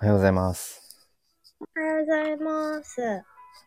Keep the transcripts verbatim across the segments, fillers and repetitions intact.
おはようございます。 おはようございます。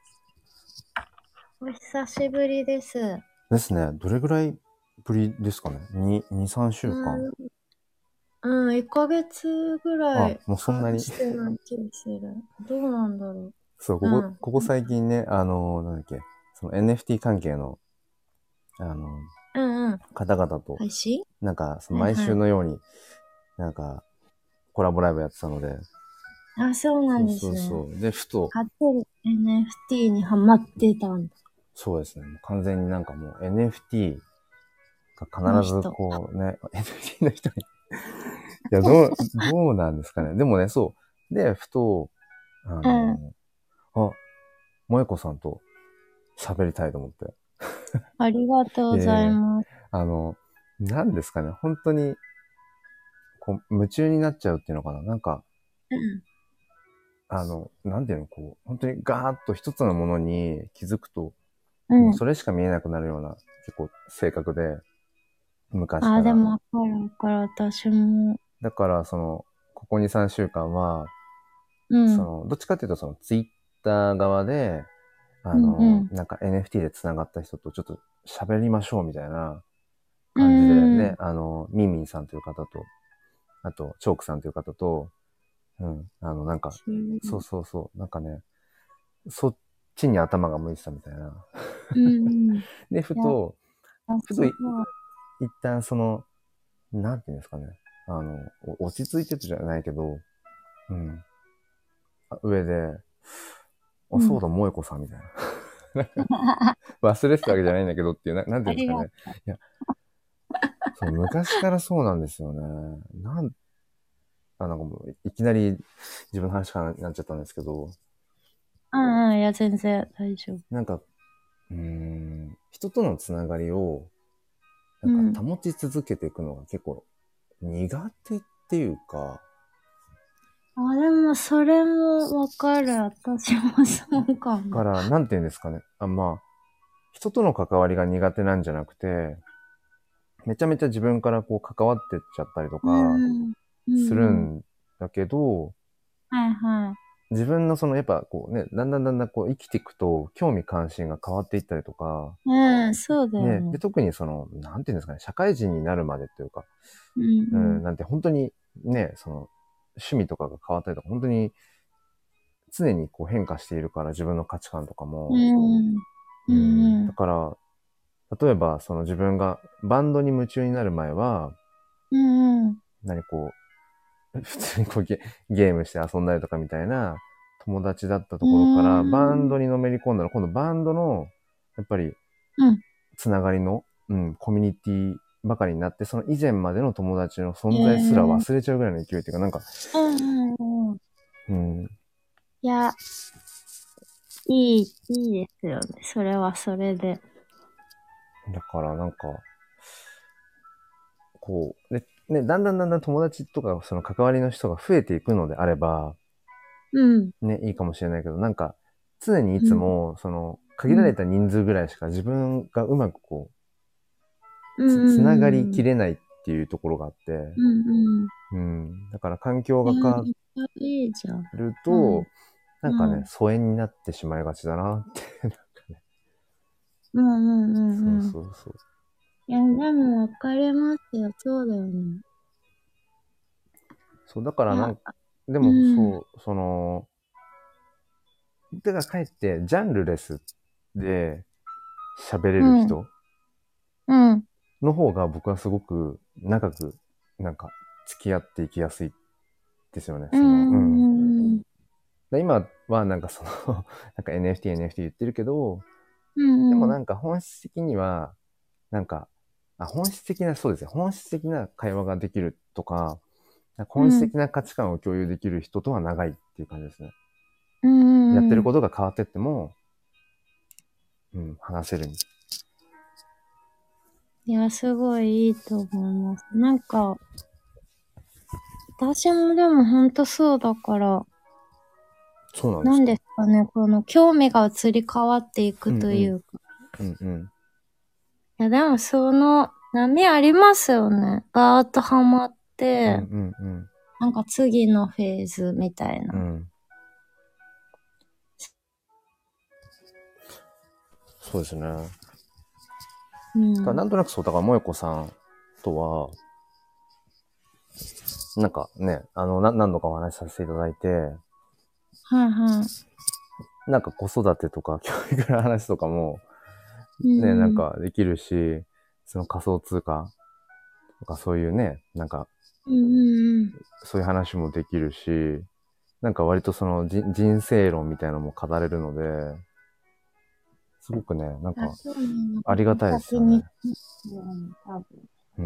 お久しぶりです。 ですね。どれぐらいぶりですかね。に、に、さんしゅうかん。 うん、うん、いっかげつぐらあ、 いもうそんなに。 話してない気がする。どうなんだろう。 そう、ここ、 うん。 ここ最近ね、あの、なんだっけ、その エヌエフティー 関係の、あの、 うんうん。 方々と、 配信なんか、その毎はいはい。 週のように、なんか、コラボライブやってたので、 あ、そうなそうんですね。 そうそう。で、ふと、 勝手に エヌエフティー にハマってたんだ。 そうですね。完全になんかもう エヌエフティー が必ずの人。 こうね、エヌエフティー の人にいや、どう、どうなんですかね。でもね、そう。で、ふと、あうん。 の、あ、萌子さんと喋りたいと思って。 ありがとうございええます。 あの、何ですかね。本当に、こう、夢中になっちゃうっていうのかな。なんか、 うん。 あの、なんていうの、こう、本当にガーッと一つのものに気づくと、もううん。 それしか見えなくなるような、結構性格で、昔あ、 から。 でもわかるわかる。私も。 だから、その、ここに、さんしゅうかんは、 うん。 その、どっちかっていうと、その、ツイッター側で、あうんうの、 ん。 なんか エヌエフティー で繋がった人とちょっと喋りましょうみたいなう感じでね、 ん。 あの、ミンミンさんという方と、あと、チョークさんという方と、うん、あの、なんか、そうそうそう、なんかね、そっちに頭が向いてたみたいな。 うん。 で、ふいや、 と、 あ、 ふとい、 すごい。 一旦その、なんていうんですかね、あの、お落ち着いてるじゃないけど、うん、上で、あ、 うん。 そうだ、萌子さんみたいな。忘れてたわけじゃないんだけどっていう、な、なんていありがとうんですかね。いや、そう、昔からそうなんですよね。なん、あ、なんかもう、いきなり自分の話からなっちゃったんですけど、 う。うんうん、いや、全然大丈夫。 なんか、うーん、人とのつながりを、なんかうん。 保ち続けていくのが結構苦手っていうか、 あ、でも、それもわかる。私もそうかも。 から、なんていうんですかね。あ、まあ、人との関わりが苦手なんじゃなくて、めちゃめちゃ自分からこう関わってっちゃったりとうかん。うするんうん。 んだけど、 はいは自分のそのやっぱこうね、だんだんだんだんこう生きていくと興味関心が変わっていったりとか、 い。うん、そうだよね、で、 ね。 特にその、なんていうんですかね、社会人になるまでっていうか、 うんううん。 ん、なんて本当にね、その、趣味とかが変わったりとか、本当に常にこう変化しているから、自分の価値観とかうも。 ん。ううん、 んうん。 だから、例えばその自分がバンドに夢中になる前は、 うんうん。 何こう、普通にこうゲゲームして遊んだりとかみたいな友達だったとうころから、バンん。 ドにのめり込んだら、今度バンドの、やっぱり、 うん。 つながりの、うん、コミュニティばかりになって、その以前までの友達のえ存在すらー、 忘れちゃうぐらいの勢いっていうか、なんか、 うんうんうん。 うん、 いや、いい、いいですよね。それはそれで。 だからなんか、こう、ね、ね、だんだんだんだん友達とか、その関わりの人が増えていくのであれば、 うん。 ね、いいかもしれないけど、なんか、常にいうん。 つも、その、限られうん。 た人数ぐらいしか自分がうまくこう、つ、 うんつながりうんうん。 きれないっていうところがあって、 うんうん。 うん。だから環境いや、 が変わめっちゃいいじゃん。 るうん。 と、なんかね、 うん。 疎遠になってしまいがちだなって。なんかね。 うんうんうそうんうん。 そうそう。 いや、でもわかりますよ。そうだよね。 そう、だからいや、 なんか、でうん。 もそう、その、だからかえってジャンルレスで喋れうん。 る人うん。 の方が僕はすごく長く、なんか、付き合っていきやすいですよね。 うその、うん。 ん。 で今はなんかそのなんか エヌエフティー、エヌエフティー 言ってるけど、でもうん。 なんか本質的には、なんか、あ、本質的な、そうですね。本質的な会話ができるとか、本質うん。 的な価値観を共有できる人とは長いっていう感じですね。 うん。 やってるうん。 ことが変わってっても、うん、話せる。 いや、すごいいいと思います。なんか、私もでもほんとそうだから、なんそうなんですか？ ですかね、この興味が移り変わっていくうんうん。 というか。 うんうん。 いや、でもその波ありますよね。バーッとハマっうんうて、 んうん。 なんか次のフェーズみたいな。 うん。そうですね。 うん。 なんとなくそう、だから萌子さんとは、なんかね、あの、な何度かお話しさせていただいて、 はいはい。 なんか子育てとか教育の話とかも、ね、 うん、 なんかできるし、その仮想通貨とかそういうね、なんか、 うんうんうん、 そういう話もできるし、なんか割とその人人生論みたいなのも語れるので、すごくね、なんあ、 か、 そうなの。 ありがたいですよね。 先に、うん、多分。 うん。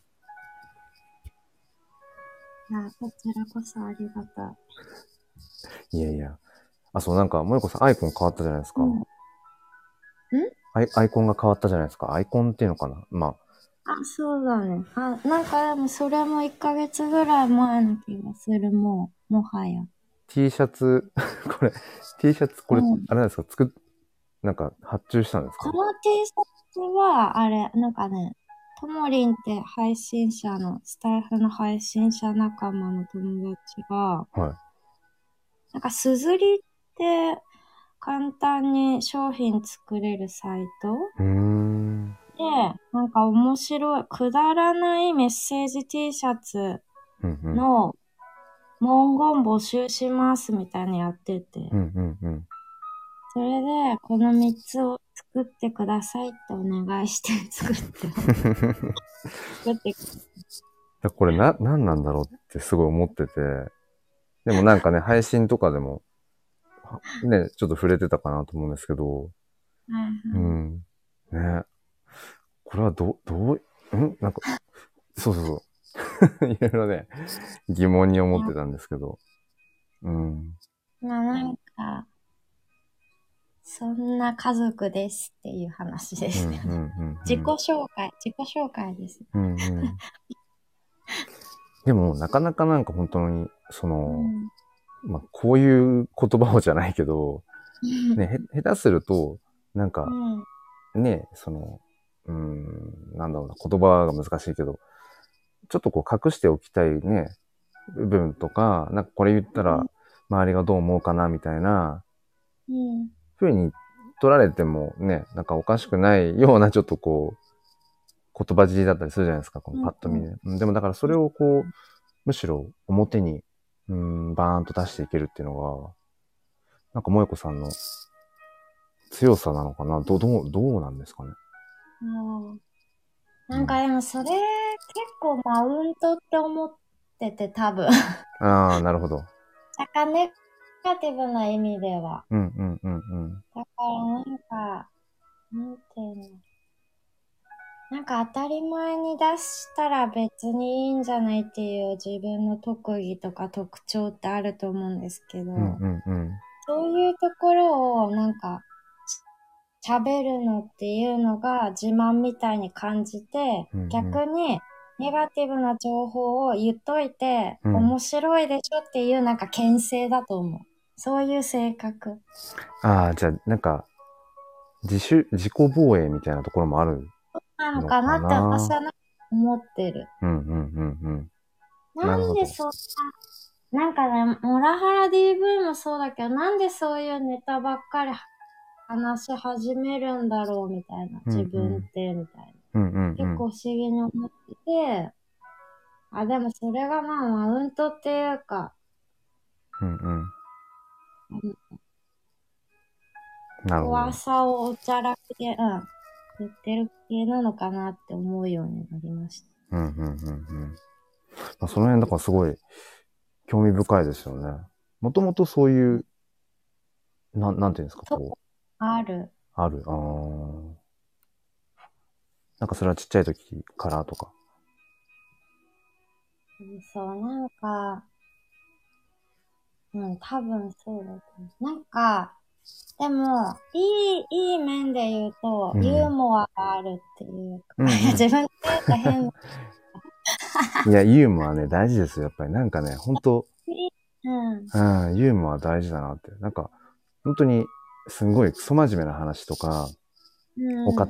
いや、こちらこそありがたい。 いやいや。あ、そう、なんか、萌子さんアイコン変わったじゃないですか。 うん。んアイアイコンが変わったじゃないですか。アイコンっていうのかな。まあ。 あ、そうだね。あ、なんかでもそれもいっかげつぐらい前の気がする、もう、もはや。 T シャツ、これ、T シャツ、これ、 うん。 あれなんですか作っ、なんか発注したんですか？ この T シャツは、あれ、なんかね、ともりんって配信者の、スタイフの配信者仲間の友達が、 はなんかすずりって簡単に商品作れるサイトい。うーん。 で、なんか面白い、くだらないメッセージ T シャツうんうん。 の文言募集しますみたいなのやってて、 うんうんうん。 それで、このみっつを作ってくださいってお願いして作って、作ってこれな、何なんだろうってすごい思ってて。でもなんかね、配信とかでも、ね、ちょっと触れてたかなと思うんですけど、 はいはい。 うん。ね。これはど、どう、んなんか、そうそうそう。いろいろね、疑問に思ってたんですけど。うん。 まあなんか、そんな家族ですっていう話でうん、うすね。 ん、うん、う自己ん。 紹介、自己紹介です。 うん、うん。でも、なかなかなんか本当に、その、 うん。 まあ、こういう言葉をじゃないけど、ね、へ、下手すると、なんか、 うん。 ね、その、うーん、なんだろうな、言葉が難しいけど、ちょっとこう隠しておきたいね、部分とか、なんかこれ言ったら、 うん。 周りがどう思うかな、みたいな、 うん。 風に取られてもね、なんかおかしくないような、ちょっとこう、言葉尻だったりするじゃないですか、このうん。 パッと見で。うんでもだからそれをこう、むしろ表に、うーん、バーンと出していけるっていうのが、なんか萌子さんの強さなのかな、ど、どう、どうなんですかね。 うん。 うん、 なんかでもそれ結構マウントって思ってて多分。 ああ、なるほど。 なんかネガティブな意味では。 うん、うん、うん、うん。 だからなんか、なんていうの。なんか当たり前に出したら別にいいんじゃないっていう自分の特技とか特徴ってあると思うんですけうん、 ど、 うん、うん。 そういうところをなんか喋るのっていうのが自慢みたいに感じて、 うん、 逆にネガティブな情報を言っといてうん。うん。 面白いでしょっていうなんか牽制だと思う。そういう性格ああ、じゃあ、なんか、自主、自己防衛みたいなところもあるなののかかなって私な。 はなんか思ってる。 うん、うん、うん、うん。 ななるほど。 んでそなんかね、モラハラ ディーブイ もそうだけど、なんでそういうネタばっかり話し始めるんだろうみたいな。 うん、 自うん。 分って、みたいな。 うん、うん、うん。 結構不思議に思ってて、あ、でもそれがまあマウントっていうか、 うん、うん。 うんなるほど。 噂をおちゃらけで、うん、言ってる系なのかなって思うようになりました。 うん、うん、うん、うん。まあ、その辺だからすごい興味深いですよね。もともとそういう、なん、なんていうんですか、 と、 こう、 ある。 ある。あーなんかそれはちっちゃい時からとか。 そう、なんか、うん、多分そうだと思う。なんか、でも、いい、いい面で言うと、 うん。 ユーモアがあるっていうか、 うんうん。 自分で言うと変な。 いや、ユーモアね、大事ですよ。やっぱりなんかね、本当うん。 うん、ユーモア大事だなって。なんか、本当に、すんごいクソ真面目な話とか、 うん。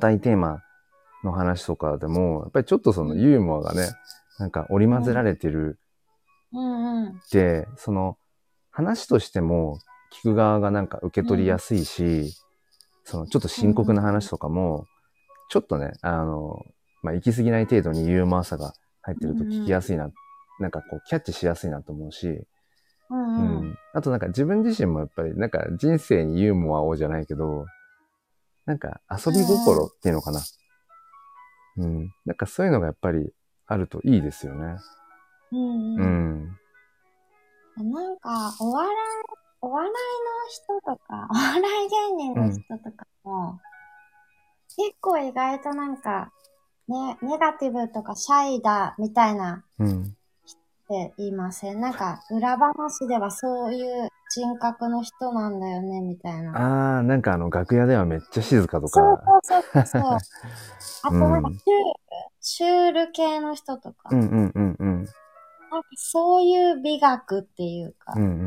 お堅いテーマの話とかでも、やっぱりちょっとそのうん。 ユーモアがね、なんか織り交ぜらうん。 れてるうんうん。 で、その、話としても、聞く側がなんか受け取りやすいし、その、ちょっと深刻な話とかも、ちょっとね、あの、まあ、行き過ぎない程度にユーモアさが入ってると聞きやすいな、なんかこう、キャッチしやすいなと思うし、 うんううん。 ん。あとなんか自分自身もやっぱり、なんか人生にユーモアをじゃないけど、なんか遊び心っていうのかな。うん。なんかそういうのがやっぱりあるといいですよね。 うんううん。 ん。 なんか、お笑い、お笑いの人とか、お笑い芸人の人うん。 とかも、結構意外となんか、ね、ネガティブとかシャイだ、みたいなうん。 って言いません？なんか、裏話ではそういう人格の人なんだよね、みたいな。 ああ、なんかあの、楽屋ではめっちゃ静かとそうか。 そうそうそう。あとなんかうん。 シュール、シュール系の人とか、 うんうんうんうん。 なんかそういう美学っていうか、 うんうん。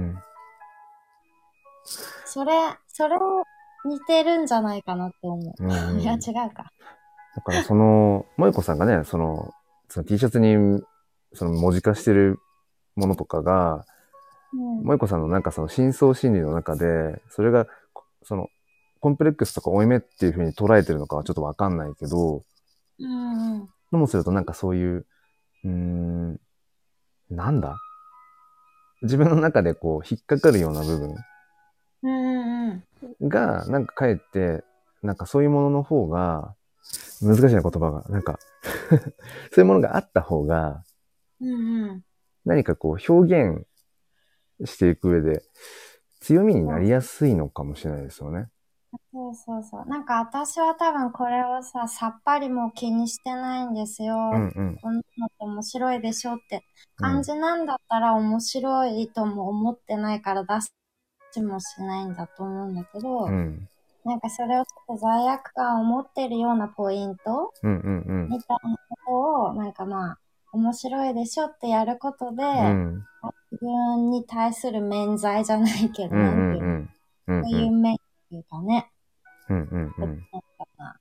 それ、それ似てるんじゃないかなって思うう。いや、 んうん。 違うか。 だからその、萌子さんがね、その、その T シャツに、その文字化してるものとかが、 うん。 萌子さんのなんかその深層心理の中で、それが、その、コンプレックスとか負い目っていう風に捉えてるのかはちょっとわかんないけど、 うんうん。 ともするとなんかそういう、うーん、なんだ自分の中でこう引っかかるような部分うんうんが、なんかかえって、なんかそういうものの方が、難しいな言葉が、なんかそういうものがあった方が、 うん。うんうん。 何かこう表現していく上で強みになりやすいのかもしれないですよね。 そうそうそう。なんか私は多分これをさ、さっぱりもう気にしてないんですよ。 うんうん。 こんなのって面白いでしょってうん。 感じなんだったら面白いとも思ってないから出しもしないんだと思うんだけど、 うん。 なんかそれをちょっと罪悪感を持ってるようなポイントうんうんみたいなことを、なんかまあ、面白いでしょってやることで、 うん。うん。 自分に対する免罪じゃないけど、 うんなんていうの、 うんうん。うんそううん。 いう面っていうかね。 うんうんうん。 なんかな。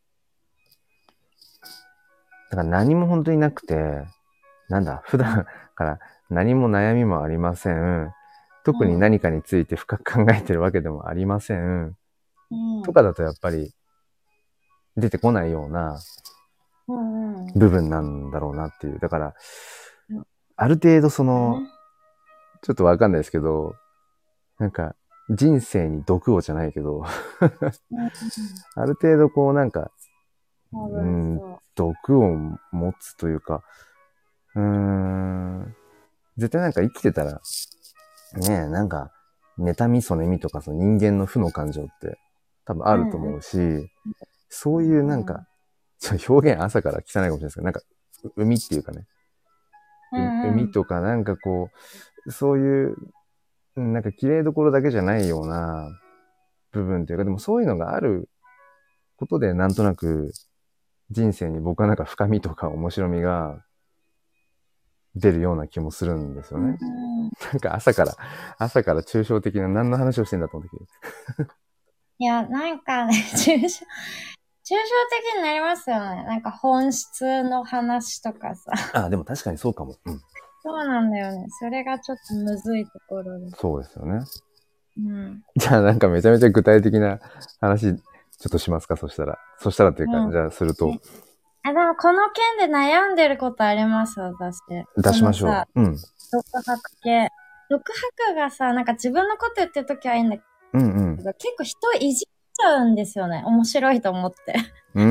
だから何も本当になくて、なんだ、普段から何も悩みもありません。特にうん。 何かについて深く考えてるわけでもありません。 うん。うん。 とかだとやっぱり出てこないようなうんうん。 部分なんだろうなっていう。だから、 うんある程度その、 ね。 ちょっとわかんないですけど、なんか人生に毒をじゃないけど、 うんうん。 ある程度こうなんか、 多うん、 分そ毒を持つというか、うーん、絶対なんか生きてたら、ねえ、なんか、妬み、そねみとか、その人間の負の感情って多分あう。 るとうんうん。 思うし、そういうなんか、 うんうん。 ちょ表現朝から汚いかもしれないですけど、なんか、海っていうかね、 ううんうん。 海とかなんかこう、そういう、うんなんか綺麗どころだけじゃないような部分っていうか、でもそういうのがあることで、なんとなく人生に僕はなんか深みとか面白みが出るような気もするんですようんね。 うん。 なんか朝から、朝から抽象的な何の話をしてんだと思ったけど。 いや、なんかね、抽象、抽象的になりますよね。なんか本質の話とかさ。 あ、でも確かにそうかも。うん。 そうなんだよね。それがちょっとむずいところで。 そうですよね。 うん。 じゃあなんかめちゃめちゃ具体的な話、ちょっとしますか、そしたら。そしたらっていうか、 うん。 じゃあすると、 あ、でもこの件で悩んでることあります、私。 出しましょそのさ、 う。うん。 独白系。独白がさ、なんか自分のこと言ってるときはいいんだけうんど、結構人いじっちゃうんですよね。面白いと思って。 うん。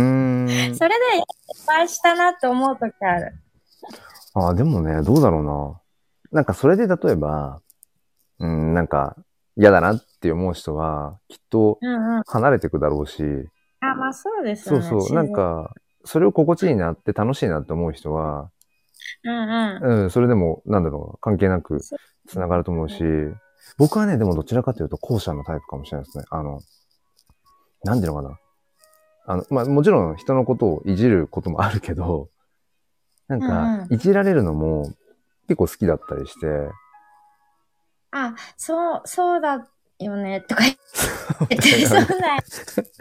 うーん。 それで失敗したなって思うときある。 あ、でもね、どうだろうな。なんかそれで例えば、うん、なんか嫌だなって思う人は、きっとうんうん。 離れていくだろうし、 あ、まあそうですよね。 そうそう、なん自然。 か、それを心地いいなって楽しいなって思う人は、 うんうん。 うん、それでも、なんだろう、関係なくそう繋がると思うし、 ね。 僕はね、でもどちらかというと後者のタイプかもしれないですね。あの、なんていうのかな。あの、まあ、もちろん人のことをいじることもあるけど、なんか、 うんうん。 いじられるのも結構好きだったりして、 あ、そう、そうだよね、とか言って、そうだよ。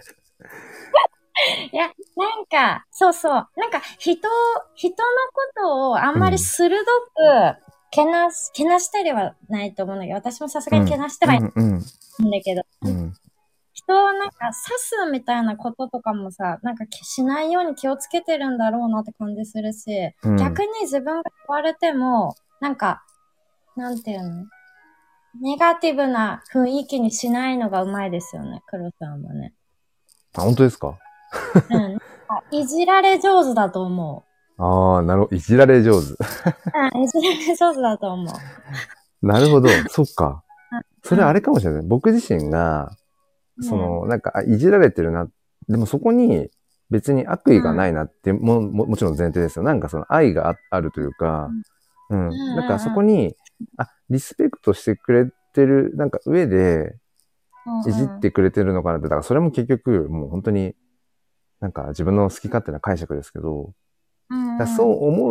いや、なんか、そうそう。なんか、人、人のことをあんまりうん、 鋭くけなし、けなしたりはないと思うんだけど、私もさすがにけなしてはいないうんんだけど、 うんうん人をなんか刺すみたいなこととかもさ、なんかしないように気をつけてるんだろうなって感じするし、 うん逆に自分が言われても、なんか、なんていうのネガティブな雰囲気にしないのがうまいですよね、黒さんはね。 あ、本当ですか？ うん。なんかいじられ上手だと思ああ、なるほど。いじられ上手。 う。うん、いじられ上手だと思う。 なるほど。そっか。それあれうんかもしれない。僕自身が、そねの、なんか、あいじられてるな。でもそこに別に悪意がないなっても、も、もちろん前提ですよ。なんかその愛が あ, あるというか、ううんん。だからそうんこに、あ、リスペクトしてくれてる、なんか上で、いじっうんてくれてるのかなって、だからそれも結局、もう本当に、なんか自分の好き勝手な解釈ですけど、 うんうん。 だそう思って、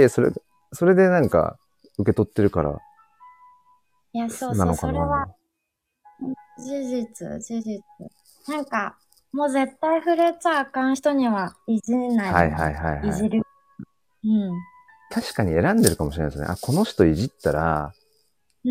それ、それでなんか受け取ってるからいや、そうそう、 なのかな。 それは事実、事実。なんか、もう絶対触れちゃあかん人にはいじんないはいよね。 はいはいはい。 いじる。うん。 確かに選んでるかもしれないですね。あ、この人いじったら、 うん。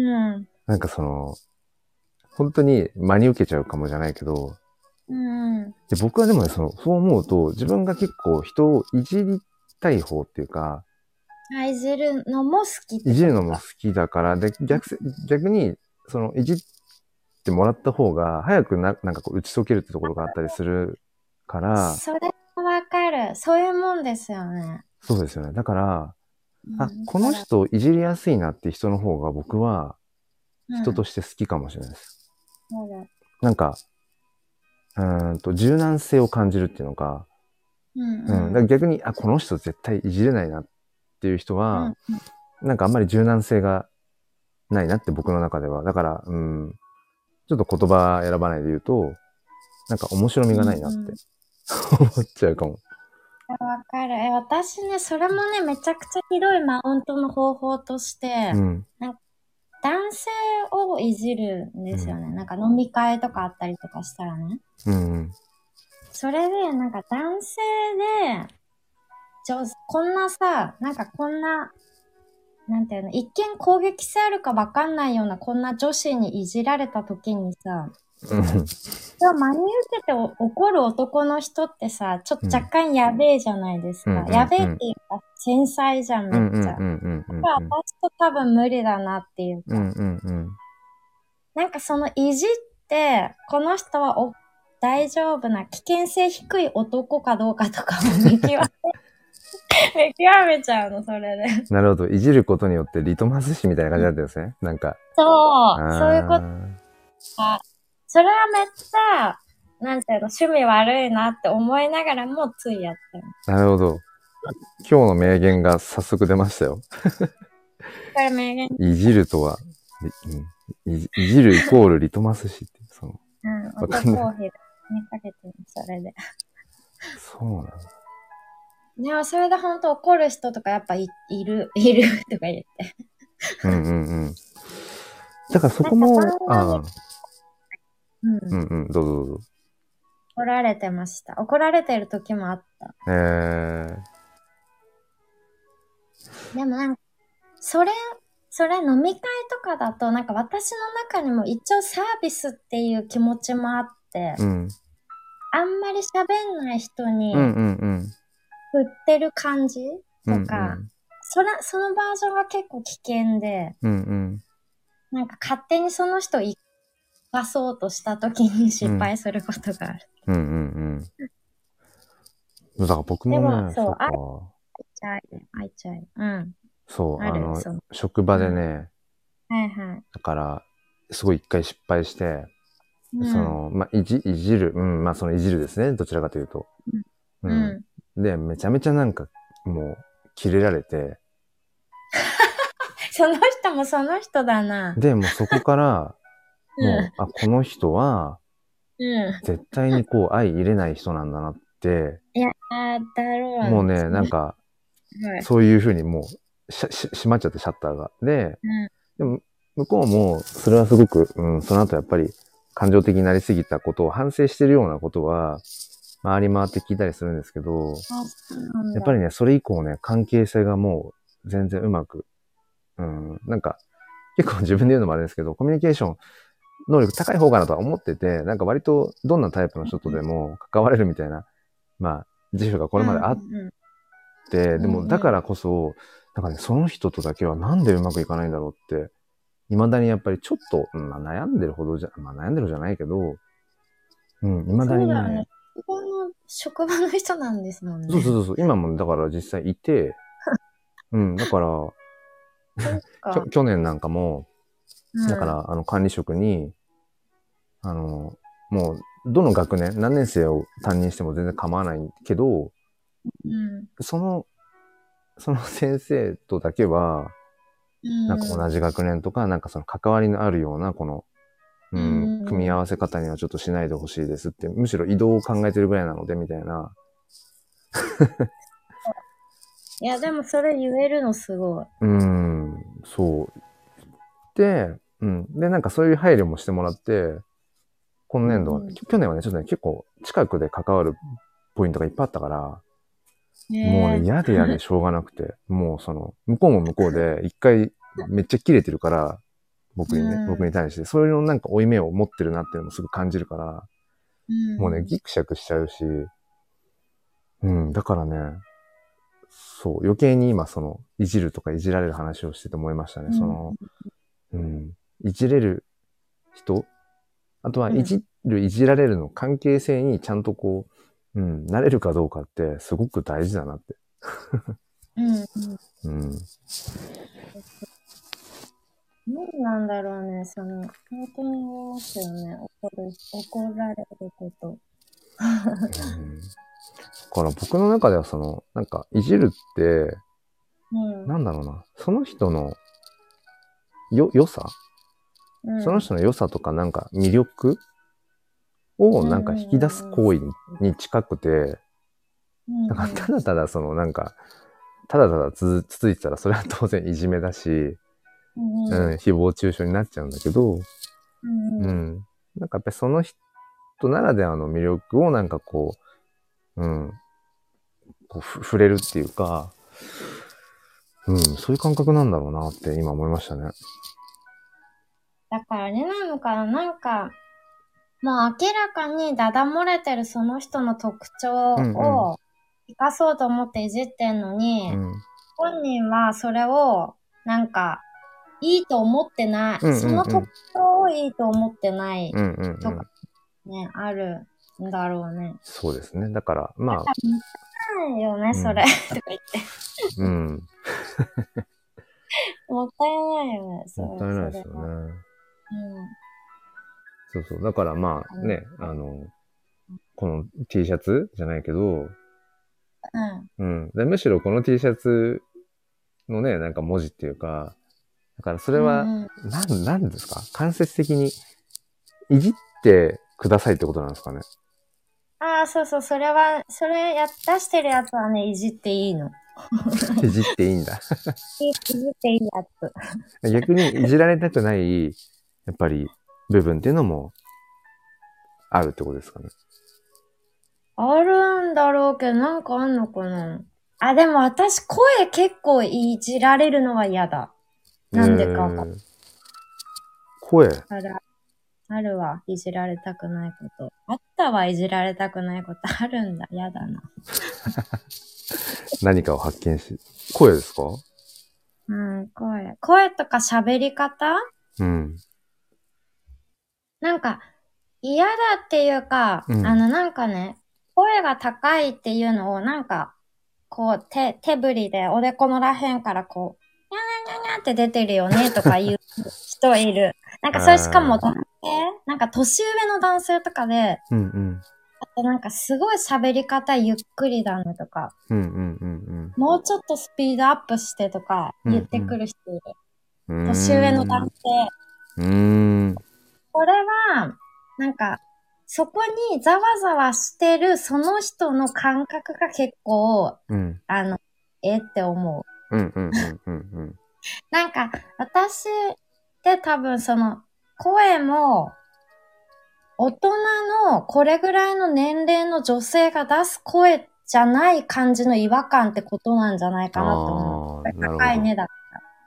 なんかその、本当に真に受けちゃうかもじゃないけど、 うんうん。 で僕はでもね、その、そう思うと、自分が結構人をいじりたい方っていうか、 あ、いじるのも好きってことか。 いじるのも好きだから、で、逆せ、逆に、その、いじってもらった方が、早くな、なんかこう、打ち解けるってところがあったりするから、 それはわかる。そういうもんですよね。 そうですよね。だから、あ、 うん。 このだから、 人いじりやすいなって人の方が僕は、人とうん。 して好きかもしれないです。 そうだ。 なんか、うーんと、柔軟性を感じるっていうのか、 うんうん。だからうん。 逆に、あ、この人絶対いじれないなっていう人は、 うんなんかあんまり柔軟性がないなって僕の中では。だから、うん。ちょっと言葉選ばないで言うと、なんか面白みがないなってうんうん。 思っちゃうかも。 わかる。え、私ね、それもね、めちゃくちゃひどいマウントの方法として、 うん。 なんか男性をいじるんですよね。 うん。 なんか飲み会とかあったりとかしたらね。 うん。 それで、なんか男性で、上手、こんなさ、なんかこんな、なんていうの、一見攻撃性あるかわかんないようなこんな女子にいじられた時にさ、 うん。 それを真に受けてお怒る男の人ってさ、ちょっと若干やべえじゃないですか。 うん。 やべえうん。 っていうか、繊細じゃん、 うん。うん。 めっちゃ。だかうん。うん。 らうん。 私と多分無理だなっていううん。 か。 うん。うん。 なんかそのいじって、この人はお大丈夫な危険性低い男かどうかとかを見極め、見極めちゃうの、それで。 なるほど。いじることによってリトマス紙みたいな感じだったんですね。なんか。 そう、そういうことあか。それはめっちゃ、なんていうの、趣味悪いなって思いながらもついやってる。 ー。なるほど。今日の名言が早速出ましたよ。 これ名言。 いじるとは、うん、い, いじるイコールリトマス紙って、その、 うん、 わかんない。 男をひめかけてる、それで。 そうなの。 でもそれで本当怒る人とかやっぱいいる、いるとか言って。 うんうんうん。だからそこも、 なんかああ、 うん、 うんうん、どうぞどうぞ。 怒られてました。怒られてる時もあった。 えー、 でもなんか、それ、それ飲み会とかだと、なんか私の中にも一応サービスっていう気持ちもあって、 うん。 あんまり喋んない人うんにうんうん。 振ってる感じうんとか、それ、そのバージョンが結構危険で、 うん。うんうん。 なんか勝手にその人を生かそうとした時に失敗することがある。 うんうんうん。だから僕でもね、 もそう、 そうか。 愛ちゃい、愛ちゃい。うん。 そう、 ある、 あのその。、 職場でうんね、 はいはい。 だから、すごい一回失敗して、 うん。 その、まあ、いじ、いじる、うん、まあ、そのいじるですね、どちらかというと。 ううんん。で、めちゃめちゃなんか、もう、キレられて、 その人もその人だな。 で、もうそこから、 うんもう、あ、この人は、 うん。 絶対にこう、相入れない人なんだなって、 いやー、だろうね。 もうね、なんか、 はい。 そういうふうにもう、し、し、閉まっちゃってシャッターが。で、 うん。 でも、向こうも、それはすごく、うん、その後やっぱり、感情的になりすぎたことを反省してるようなことは、回り回って聞いたりするんですけど、 あ、そうなんだ。 やっぱりね、それ以降ね、関係性がもう全然うまくうん、なんか、結構自分で言うのもあれですけど、コミュニケーション能力高い方かなとは思ってて、なんか割とどんなタイプの人とでも関われるみたいな、まあ、自負がこれまであっうんて、でうんうんうんもだからこそ、なんかね、その人とだけはなんでうまくいかないんだろうって、未だにやっぱりちょっと、うんまあ、悩んでるほどじゃ、まあ悩んでるじゃないけど、うん、未だにね、 そうだよね。職場の、職場の人なんですもんね。 そうそうそうそう、今もだから実際いて、うん、だから、 そっきょか。 去年なんかも、 うん。 だから、あの、管理職に、あの、もう、どの学年、何年生を担任しても全然構わないけど、 うん。 その、その先生とだけは、なんか同うん。 じ学年とか、なんかその関わりのあるような、この、ううん、組み合ん。 わせ方にはちょっとしないでほしいですって、むしろ移動を考えてるぐらいなので、みたいな。 いや、でもそれ言えるのすごい。 うん、そう。で、うん。で、なんかそういう配慮もしてもらって、今年度は、 うん。 去年はね、ちょっとね、結構近くで関わるポイントがいっぱいあったから、もうね、 ね嫌で嫌でしょうがなくて、もうその、向こうも向こうで、一回めっちゃ切れてるから、 え。 僕にね、 うん。 僕に対して、そういうのなんか負い目を持ってるなっていうのもすぐ感じるから、 うもうね、 ん。 ギクシャクしちゃうし、うん、だからね、そう、余計に今その、いじるとかいじられる話をしてて思いましたね。 うん。 その、うん、いじれる人、あとはうん。 いじる、いじられるの関係性にちゃんとこう、うん、なれるかどうかってすごく大事だなって。 うん。うん。 うん。 何なんだろうね、その、本当に思いますよね。怒る、怒られること。 うんだから僕の中ではその、なんか、いじるって、 うん。 なんだろうな、その人のよ、良さうん。 その人の良さとかなんか魅力をうん。 なんか引き出すうん。 行為に近くて、 うん。 なんかうん。 ただただそのなんか、ただただつついてたらそれは当然いじめだし、 うん。うん。 うん、誹謗中傷になっちゃうんだけど、 うん。 うん。なんかやっぱりその人ならではの魅力をなんかこう、うん、こう触れるっていうか、うん、そういう感覚なんだろうなって今思いましたね。 だからあれなのかな、なんか、もう明らかにダダ漏れてるその人の特徴うんうん。 を生かそうと思っていじってんのに、 うん。 本人はそれを、なんか、いいと思ってない、 うんうんうん。 その特徴をいいと思ってないうんうんうとかん。 ね、あるんだろうね。 そうですね。だから、まあ、 もったいないよね、それ。 うん。 とか言って。 うん。 もったいないよね、そもったいれ、 ないですよそれは。 ね。 うん。 そうそう。だからまあの、 あね、あの、この T シャツじゃないけど、 うん。 うん。でむしろこの T シャツのね、なんか文字っていうか、だからそれは、 うんうん。 なん、なんですか間接的にいじってくださいってことなんですかね。 ああ、そうそう、それは、それや、出してるやつはね、いじっていいの。 いじっていいんだ。 いいじっていいやつ。 逆にいじられたくない、やっぱり部分っていうのもあるってことですかね。 あるんだろうけど、なんかあんのかな。あ、でも私、声結構いじられるのは嫌だ。 えなんでかわかんー、声。 ない。ある、あるわ。いじられたくないこと。あったわ、いじられたくないことあるんだ。嫌だな。 何かを発見し、声ですか？ うん、声。声とか喋り方うん。 なんか、嫌だっていうか、 うん。 あの、なんかね、声が高いっていうのを、なんか、こう、手、手振りでおでこのらへんからこう、にゃにゃにゃにゃって出てるよねとか言う人いる。なんかそれしかもあ男性なんか年上の男性とかで、 ーうんうん。 あとなんかすごい喋り方ゆっくりだねとか、 うんうんうんもうちょっとスピードアップしてとかうん。う言ってくんる人いる。 う年上のん。う男性。 ーん。うーん。 これは、なんか、そこにざわざわしてるその人の感覚が結構、 うん。 あの、えって思う。 うんうんうんうんうん。 なんか、私って多分その、声も、大人のこれぐらいの年齢の女性が出す声じゃない感じの違和感ってことなんじゃないかなって思う。 ああ、なるほど。 高いねだ。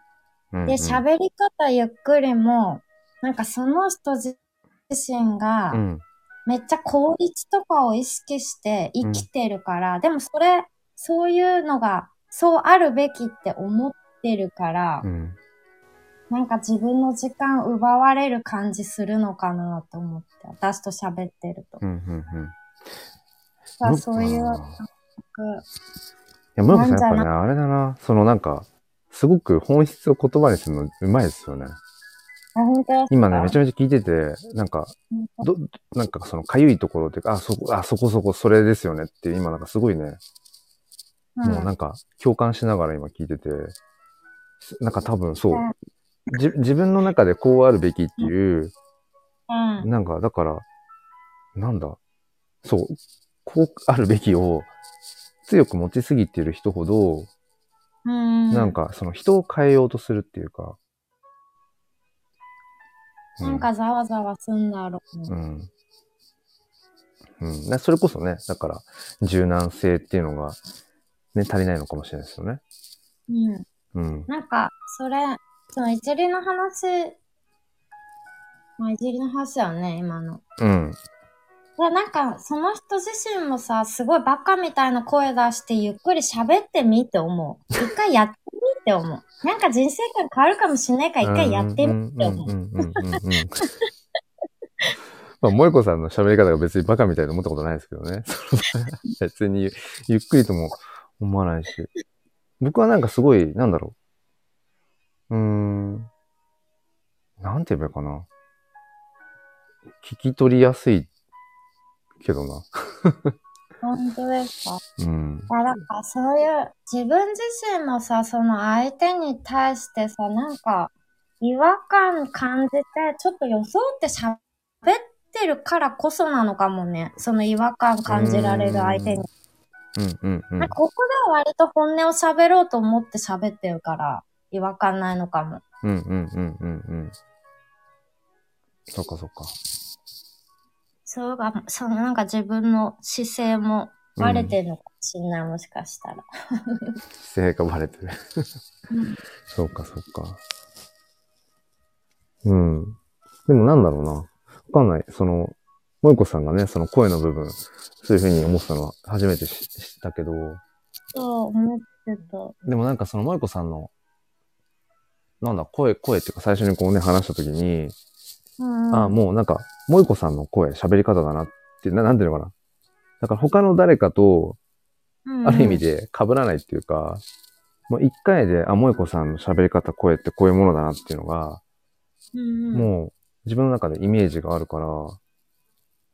うんうん、 で、喋り方ゆっくりも、なんかその人自身が、 うん、 めっちゃ効率とかを意識してうん、 生きてるから、でもそれ、そういうのが、そうあるべきって思ってるから、 うん、 なんか自分の時間奪われる感じするのかなと思って、私と喋ってると。 うん、うん、うん。 まあむ、 そういう感あ覚いや、もよこさんやっぱね、 なんじゃない。 あれだな。そのなんか、すごく本質を言葉にするのうまいですよね。 あ、本当です今ね、めちか？ ゃめちゃ聞いてて、なんか、ど、なんかそのかゆいところっていうか、あ、そこ、あ、そこそこそれですよねっていう、今なんかすごいね、 うん。 もうなんか共感しながら今聞いてて、なんか多分そう、じ、自分の中でこうあるべきっていう、 うん。 なんかだから、なんだ、そう、こうあるべきを強く持ちすぎてる人ほど、 うん。うん。 なんかその人を変えようとするっていうか、うん、 なんかざわざわすんだろうね。 うん、うん。なそれこそね、だから柔軟性っていうのがね、足りないのかもしれないですよね。 うん。 うん。 なんか、それ、そのいじりの話、まあ、いじりの話だよね、今の。 うん。 で、なんか、その人自身もさ、すごいバカみたいな声出してゆっくり喋ってみって思う。一回やってみって思う。なんか人生観変わるかもしれないからうん、 一回やうん、 ってみっうん、うん、 て思う。 うん、うん、うん。まあ、萌子さんの喋り方が別にバカみたいと思ったことないですけどね。別にゆゆっくりとも思わないし。僕はなんかすごい、なんだろう。うーん。なんて言えばいいかな。聞き取りやすいけどな。 本当ですか？ うん。 いや、だからそういう、自分自身もさ、その相手に対してさ、なんか、違和感感じて、ちょっと装って喋ってるからこそなのかもね。その違和感うー感じられる相手ん。 に。 うん、うん、うん。 なんかここでは割と本音を喋ろうと思って喋ってるから、違和感ないのかも。 うん、うん、うん、うん、うん。そっかそっか。 そうが、そのなんか自分の姿勢もバレうん。 てるのかもしんない、もしかしたら。 姿勢がバレてる。 うん。 そうか、そうか。うん。でもなんだろうな。わかんない。その、萌子さんがね、その声の部分、そういうふうに思ってたのは初めて知知ったけど、 そう思ってた。 でもなんかその萌子さんの、なんだ、声、声っていうか最初にこうね、話した時に、ああ、 うんうん。 もうなんか、萌子さんの声、喋り方だなって、な、なんていうのかな。だから他の誰かと、ある意うんうん。 味で被らないっていうか、もう一回で、あ、萌子さんの喋り方、声ってこういうものだなっていうのが、 うんうん。 もう自分の中でイメージがあるから、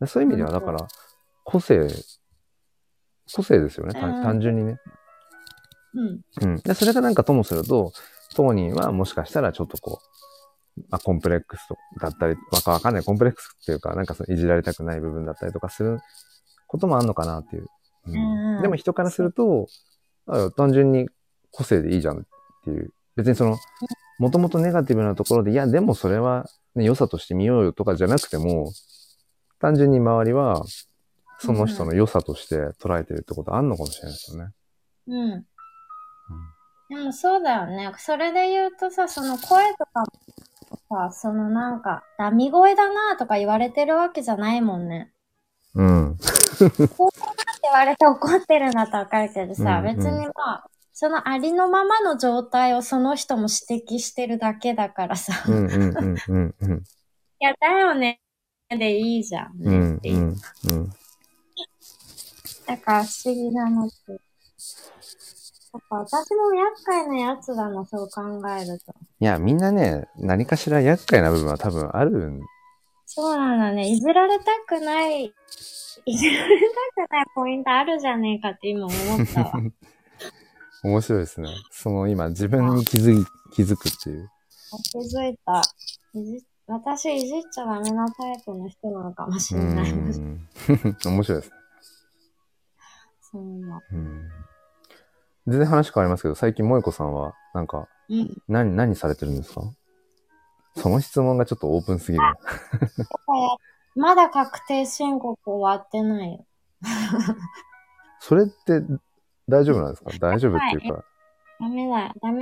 そういう意味では、だか本当。 ら、個性、個性ですよね、単うん。 単純にね。 うん。 うん。で、それがなんかともすると、当人はもしかしたらちょっとこう、まあ、コンプレックスとだったり、わかわかんない、コンプレックスっていうか、なんかそのいじられたくない部分だったりとかすることもあんのかなっていう。ううん。 んうん。 でも人からすそう。 ると、あ単純に個性でいいじゃんっていう。別にその、もともとネガティブなところで、いや、でもそれは、ね、良さとして見ようよとかじゃなくても、単純に周りは、その人うんの良さとして捉えてるってことあんのかもしれないですよね。 うん。うん。でもそうだよね。それで言うとさ、その声とかもさ、そのなんか、ダミ声だなとか言われてるわけじゃないもんね。 うん。 こうって言われて怒ってるんだったらわかるけどうん、 さ、別うん。 にまあ、そのありのままの状態をその人も指摘してるだけだからさ。 うん、うん、うん、うん、うん。 いや、だよね。でいいじゃんうん、 ねっていう。 うん、うん。 だから不思議だなって。だから私も厄介なやつだな、そう考えると。 いや、みんなね、何かしら厄介な部分は多分あるん。 そうなんだね。いじられたくない、いじられたくないポイントあるじゃねえかって今思ったわ。 面白いですね。その今、自分に気づい、気づくっていう。 気づいた。いじ、私いじっちゃダメなタイプの人なのかもしうーれない。 ん。面白いですね。 そんな。 うん。全然話変わりますけど、最近萌子さんは、なんか、 うん。 何、何されてるんですか？その質問がちょっとオープンすぎるな。 まだ確定申告終わってないよ。 それって大丈夫なんですか？大丈夫っはい。 ていうか。 ダメだ、ダメだ。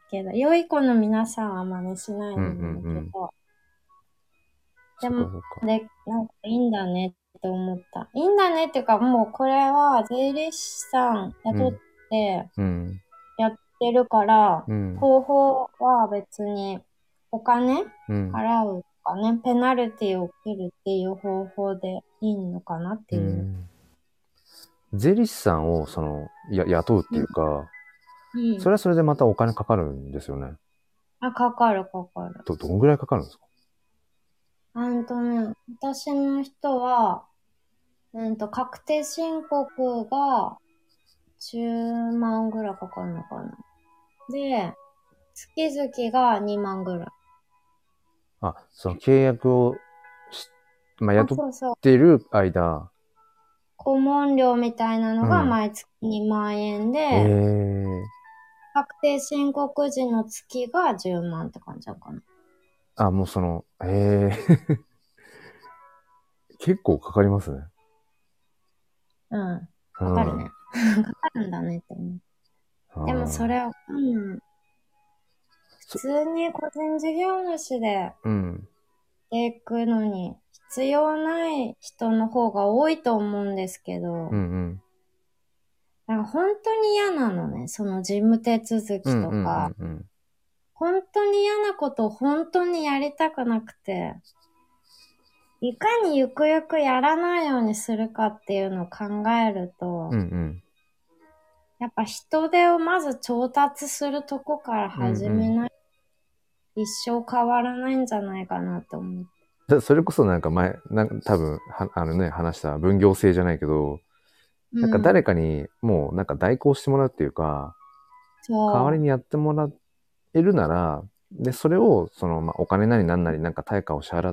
けど、良い子の皆さんは真似しないうんんだけど、 うんうん。 でそっも、 かそっか。 で、なんかいいんだねって思った。いいんだねっていうか、もうこれは税理士さん雇ってうん。 やってるから、 うん。 方法は別にお金うん。 払うとかね、ペナルティを切るっていう方法でいいのかなってういう。 ん。税理士さんを、その、や、雇うっていうか、 うん。 それはそれでまたお金かかるんですよね。 あ、かかるかかる。 ど、どんぐらいかかるんですか？ あんとね、私の人は、うんと、確定申告がじゅうまんぐらいかかるのかな。で、月々がにまんぐらい。 あ、その契約をし、まあ、 あ、 雇っそうそう。 てる間、 顧問料みたいなのがうん。 毎月にまん円で、 ええ確定申告時の月がじゅうまんって感じだかな。 あ、もうその、ええ結構かかりますね。 うん。 うん。 かかるね。かかるんだねって思う。でもそあれは、うん。普通に個人事業主でやっうん。 ていくのに必要ない人の方が多いと思うんですけど、 うんうん。 なんか本当に嫌なのね。その事務手続きうんうんうとか。 んうん。 本当に嫌なことを本当にやりたくなくて、いかにゆくゆくやらないようにするかっていうのを考えると、 うんうん。 やっぱ人手をまず調達するとこからうんうん。 始めない、一生変わらないんじゃないかなと思って。 だそれこそなんか前、なん多分は、あのね、話した分業制じゃないけど、なんかうん。 誰かにもうなんか代行してもらうっていうか、代わりそにやってもらえるなら、で、それを、その、まあ、お金なりなんなりなんか対価を支払って、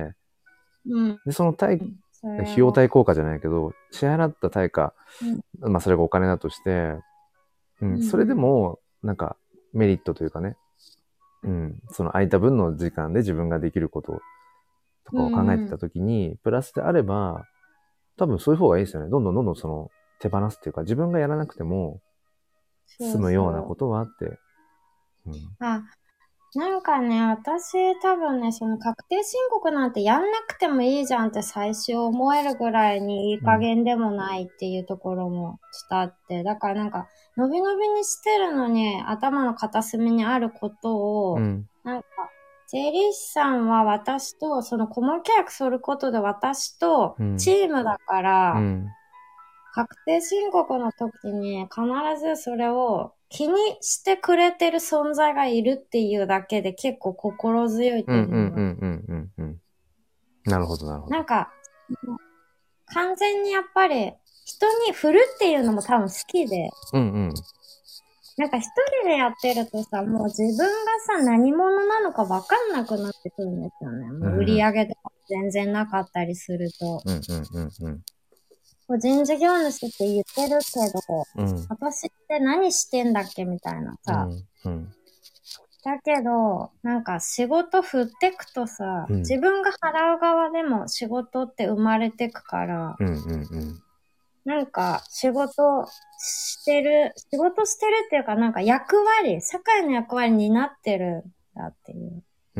う。うん。 で、その対、 それ費用を。 対効果じゃないけど、支払った対価、 うん。 まあ、それがお金だとして、ううん。 ん、それでうん。 も、なんか、メリットというかね、うん、その空いた分の時間で自分ができることとうかを考えてたん。 ときに、プラスであれば、多分そういう方がいいですよね。どんどんどんどんその手放すっていうか、自分がやらなくてもそう済むようなそことはあって。うん。 う。あ、なんかね、私多分ね、その確定申告なんてやんなくてもいいじゃんって最初思えるぐらいにいい加減でもないっていうところもちょっとあって、だからなんか、のびのびにしてるのに頭の片隅にあることを、 うん。 なんか、税理士さんは私と、その顧問契約することで私とうん。 チームだから、 うん。 確定申告の時に必ずそれを気にしてくれてる存在がいるっていうだけで結構心強いっうん。 ていううん。 のも、 うん。うん。うん。うん。なるほど、なるほど。 なんか、完全にやっぱり人に振るっていうのも多分好きで、 うん。うん。 なんか一人でやってるとさ、もう自分がさ、何者なのか分かんなくなってくるんですよね。 うん。 もう売り上げとか全然なかったりすると。 うん。うん。うん。 個人事業主って言ってるけど、 うん。 私って何してんだっけみたいなさ。 うん。うん。 だけど、なんか仕事振ってくとさ、 うん。 自分が払う側でも仕事って生まれてくから、 うん。うん。うん。 なんか仕事してる、仕事してるっていうかなんか役割、社会の役割になってるんだっていううん。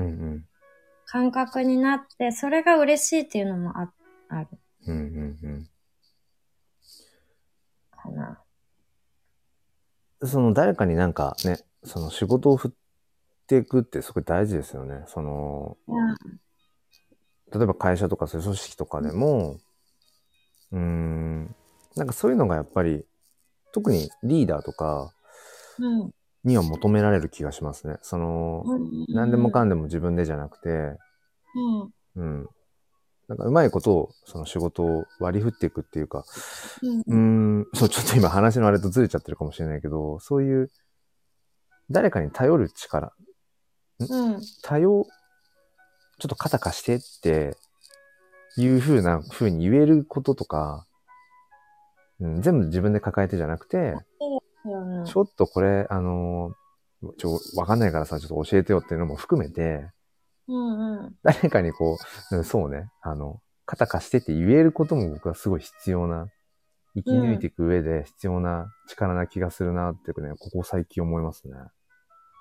感覚になって、それが嬉しいっていうのもあ、あるうん。うん。 かな。 その誰かになんかね、その仕事を振っていくってすごい大事ですよね。その、 うん。 例えば会社とかそういう組織とかでも、うーん、なんかそういうのがやっぱり、特にリーダーとかうん。 には求められる気がしますね。その、 うん。 何でもうん。 かんでも自分でじゃなくて、 うん。 うん。なんかうまいことを、その仕事を割り振っていくっていうか、 うん。 うーん、そう、ちょっと今話のあれとずれちゃってるかもしれないけど、そういう誰かに頼る力、んうん。 頼、ちょっと肩貸してっていう風な風に言えることとか、うん、全部自分で抱えてじゃなくて、 いいですよね。 ちょっとこれ、あのー、ちょ、わかんないからさ、ちょっと教えてよっていうのも含めて、 うんうん。 誰かにこう、うんそうね、あの、肩貸してって言えることも僕はすごい必要な、生き抜いていく上で必要な力な気がするなっていうかね、ここ最近思いますね。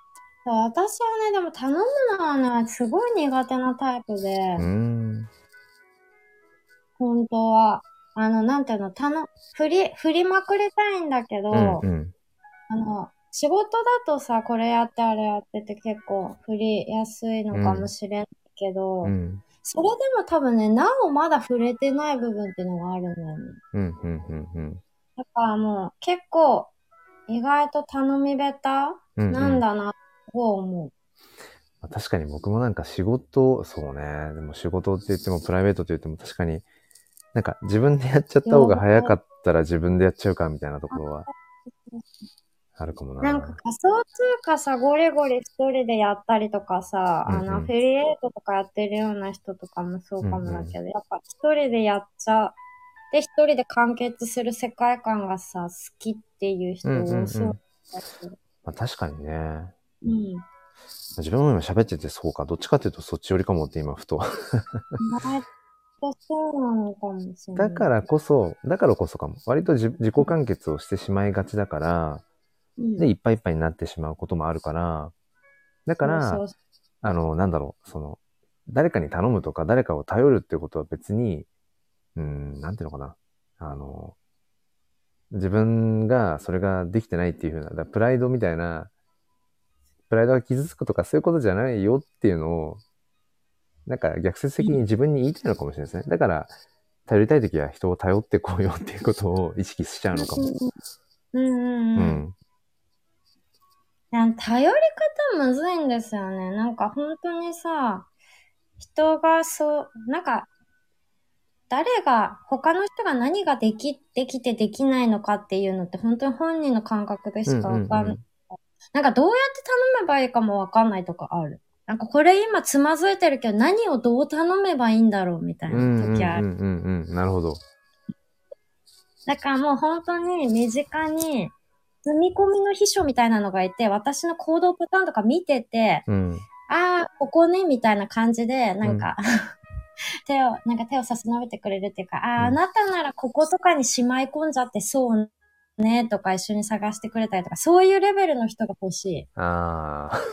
そう私はね、でも頼むのはね、すごい苦手なタイプで、 うーん。 本当は。あの、なんていうの、たの、振り、振りまくりたいんだけうんど、 うん。 あの、仕事だとさ、これやってあれやってて結構振りやすいのかもうん。 しれないけど、 うん。 それでも多分ね、なおまだ触れてない部分っていうのがあるんだよね。 うん。うん。うん。うん。 だからもう結構意外と頼み下手うん。うん。 なんだな、と思う。 確かに僕もなんか仕事、そうね。でも仕事って言ってもプライベートって言っても確かになんか自分でやっちゃった方両方。 が早かったら自分でやっちゃうかみたいなところはあるかもなんかな。 仮想通貨さ、ゴリゴリ一人でやったりとかさ、 うんうあの、アフん。 ィリエイトとかやってるような人とかもそううんうん。 かもだけど、やっぱ一人でやっちゃう。で、一人で完結する世界観がさ、好きっていう人うんうん多そううん。 だけど。 まあ確かにね。 うん。 自分も今喋っててそうか。どっちかっていうとそっち寄りかもって今ふと。 割とそうなのかもしれだからない。 こそ、だからこそかも。割と自自己完結をしてしまいがちだから、で、 うん。 いっぱいいっぱいになってしまうこともあるから、だから、 そうそうそあの、なんだろう、その、誰かに頼むとか誰かを頼るってことは別に、うん、なんていうのかな。あの、自分がそれができてないっていう風な、だからプライドみたいな、プライドが傷つくとかそういうことじゃないよっていうのを、なんか逆説う。 的に自分に言いたいのかもしれないですね。だから、頼りたいときは人を頼ってこうよっていうことを意識しちゃうのかも。 うんうんうんうん。 うん。 いや頼り方むずいんですよね。なんか本当にさ、人がそう、なんか誰が、他の人が何ができ、できてできないのかっていうのって本当に本人の感覚でしうんうかわかんない。 んなんかどうやって頼めばいいかもわかんないとかある。なんかこれ今つまずいてるけど何をどう頼めばいいんだろうみたいうん。うなんう時ある。 んうんうんうん。なるほど。 だからもう本当に身近に積み込みの秘書みたいなのがいて、私の行動パターンとか見てて、 うん。 ああ、ここね、みたいな感じで、 うん。 なんか手を、なんか手を差し伸べてくれるっていうか、ああ、あうん。 なたならこことかにしまい込んじゃってそうね、とか一緒に探してくれたりとか、そういうレベルの人が欲しい。 ああ。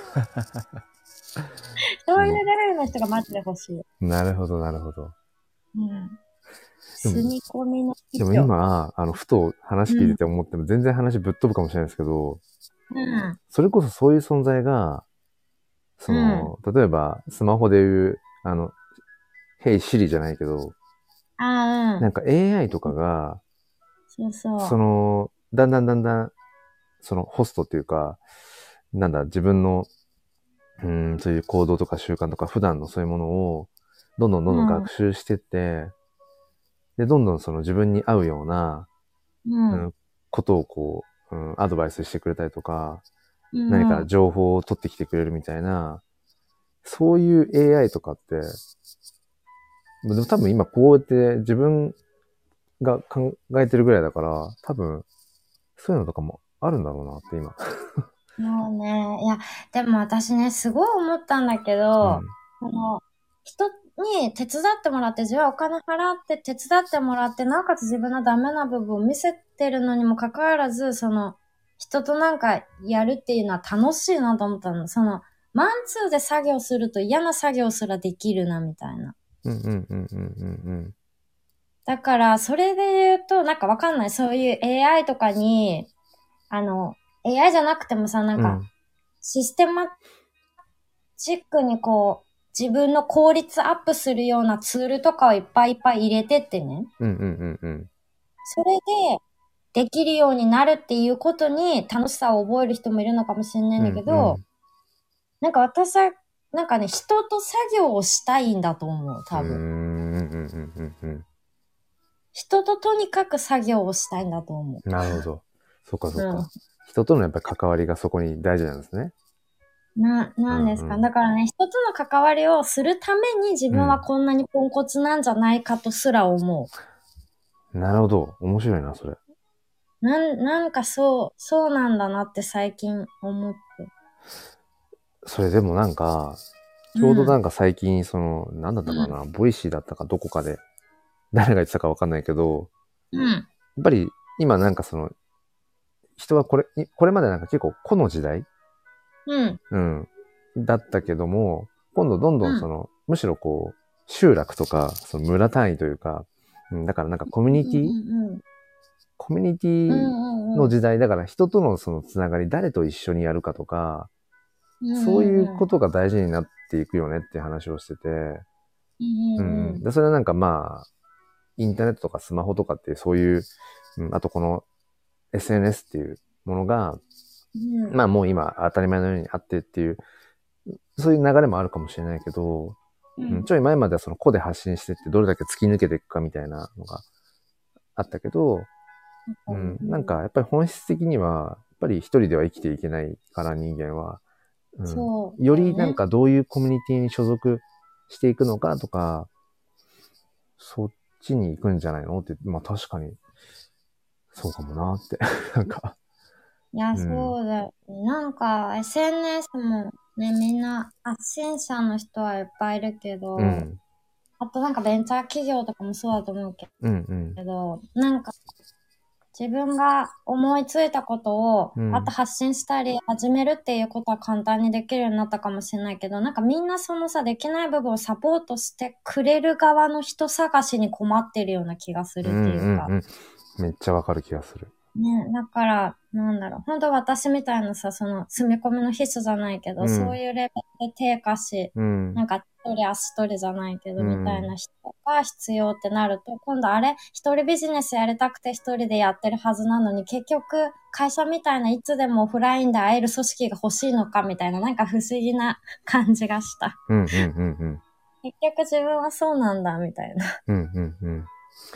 そういううん。 レベルの人がマジで欲しい。 なるほど、なるほど。 うん。 でも、 住み込みのでも秘書。 今、あの、ふと話聞いてうん。 て思っても全然話ぶっ飛ぶかもしれないですけど、 うん。 それこそそういう存在が、そうん。 の、例えばスマホでいう、あの、Hey Siri じゃないけど、 ああ、うん。 なんか エーアイ とかが、 そうそその、だんだんだんだん、そのホストっていうか、なんだ、自分の、うん、そういう行動とか習慣とか普段のそういうものを、どんどんどう。 んどんうん。 学習してって、で、どんどんその自分に合うような、 うん。 うん、ことをこう、うん、アドバイスしてくれたりとか、 う何かん。 情報を取ってきてくれるみたいな、そういう エーアイ とかって、でも多分今こうやって自分が考えてるぐらいだから、多分、そういうのとかもあるんだろうなって今。 もうね、いや、でも私ね、すごい思ったんだけど、 うん。 その、人に手伝ってもらって、自分はお金払って手伝ってもらって、なおかつ自分のダメな部分を見せてるのにもかかわらず、その、人となんかやるっていうのは楽しいなと思ったの。その、マンツーで作業すると嫌な作業すらできるな、みたいな。 うんうんうんうんうんだから、それで言うと、なんかわかんない。そういう エーアイ とかに、あの、エーアイ じゃなくてもさ、なんうん。うか、 ん。 システマチックにこう、自分の効率アップするようなツールとかをいっぱいいっぱい入れてってね。 うんうんうんうん。 それでできるようになるっていうことに楽しさを覚える人もいるのかもしれないんうんうだけど、 ん。 なんか私は、なんかね、人と作業をしたいんだと思う、 うーん。 多分。 うんうんうんうんうん。 人ととにかく作業をしたいんだと思なるほど。そっかそっう。 か。人とのやっぱり関わりがそこに大事なんですね。 うん。な、なんですか。 うんうん。 だからね、人との関わりをするために自分はうん。 こんなにポンコツなんじゃないかとすら思う。 なるほど。面白いな、それ。 なん、なんかそう、そうなんだなって最近思って。 それでもなんか、ちょううん。 どなんか最近、その、なんだったかうん。 な、ボイシーだったかどこかで、誰が言ってたかわかんないけど、 うん。 やっぱり今なんかその、人はこれ、いこれまでなんか結構個の時代うん。 うん。だったけども、今度どんどんその、むしろこう、集落とか、その村単位というか、うん、だからなんかコミュニティ、 うん。 コミュニテうん。 ィうん。うん。 の時代だから人とのそのつながり、誰と一緒にやるかとか、 うん。 そういううん。 ことが大事になっていくよねっていう話をしてて、 うん。 うん。 うん。 で、それはなんかまあ、インターネットとかスマホとかっていうそういう、うん、あとこの エスエヌエス っていうものが、 うん。 まあもう今当たり前のようにあってっていう、そういう流れもあるかもしれないけど、うん、 うん。 ちょい前まではその個で発信してってどれだけ突き抜けていくかみたいなのがあったけど、うん、なんかやっぱり本質的には、やっぱり一人では生きていけないから人間は、うん、 そうよだよね。 りなんかどういうコミュニティに所属していくのかとか、そっちに行くんじゃないのって、まあ確かにそうかもなって。なんか、 いや、 うん。 そうだよね。なんか、エスエヌエス もね、みんな発信者の人はいっぱいいるけど、 うん。 あとなんかベンチャー企業とかもそうだと思うけうんうん。 ど、なんか自分が思いついたことを、 うん。 あと発信したり始めるっていうことは簡単にできるようになったかもしれないけど、なんかみんなそのさ、できない部分をサポートしてくれる側の人探しに困ってるような気がするってうんいうか。 うんうん。めっちゃわかる気がする。 ね、だから、なんだろう、本当私みたいなさ、その、住み込みの必須じゃないけど、そううん。 いうレベルで低下し、 うん。 なんか、一人足取りじゃないけど、 うみたいん。 な人が必要ってなると、今度あれ、一人ビジネスやりたくて一人でやってるはずなのに、結局、会社みたいないつでもオフラインで会える組織が欲しいのかみたいな、なんか不思議な感じがした。 うんうんうんうん。 結局自分はそうなんだ、みたいな。 うんうんうん。 うん。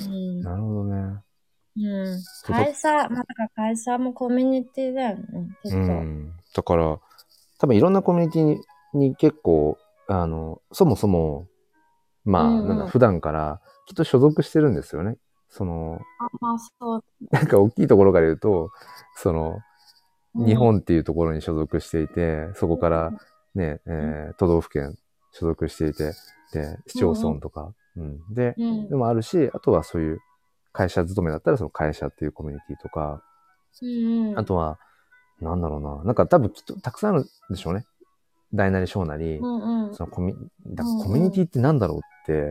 なるほどね。 うん。 そうだ、 会社、まあ、だから会社もコミュニティだよね、きうっと。 ん。だから、多分いろんなコミュニティにに結構、あの、そもそも、 うまあ、なんだ、 んうん。 普段からきっと所属してるんですよね。その、 あ、まあそう。 なんか大きいところから言うと、その、日うん。 本っていうところに所属していて、そこからね、 うんえー都道府県所属していて、で、市町うん村とか、うん。で、 うんでもあるし、あとはそういう会社勤めだったらその会社っていうコミュニティとか、 うんうんあとは、なんだろうな、なんか多分きっとたくさんあるんでしょうね。大なり小なり、 うんうんそのコミュ、 うだコミュニんうんティってなんだろうって、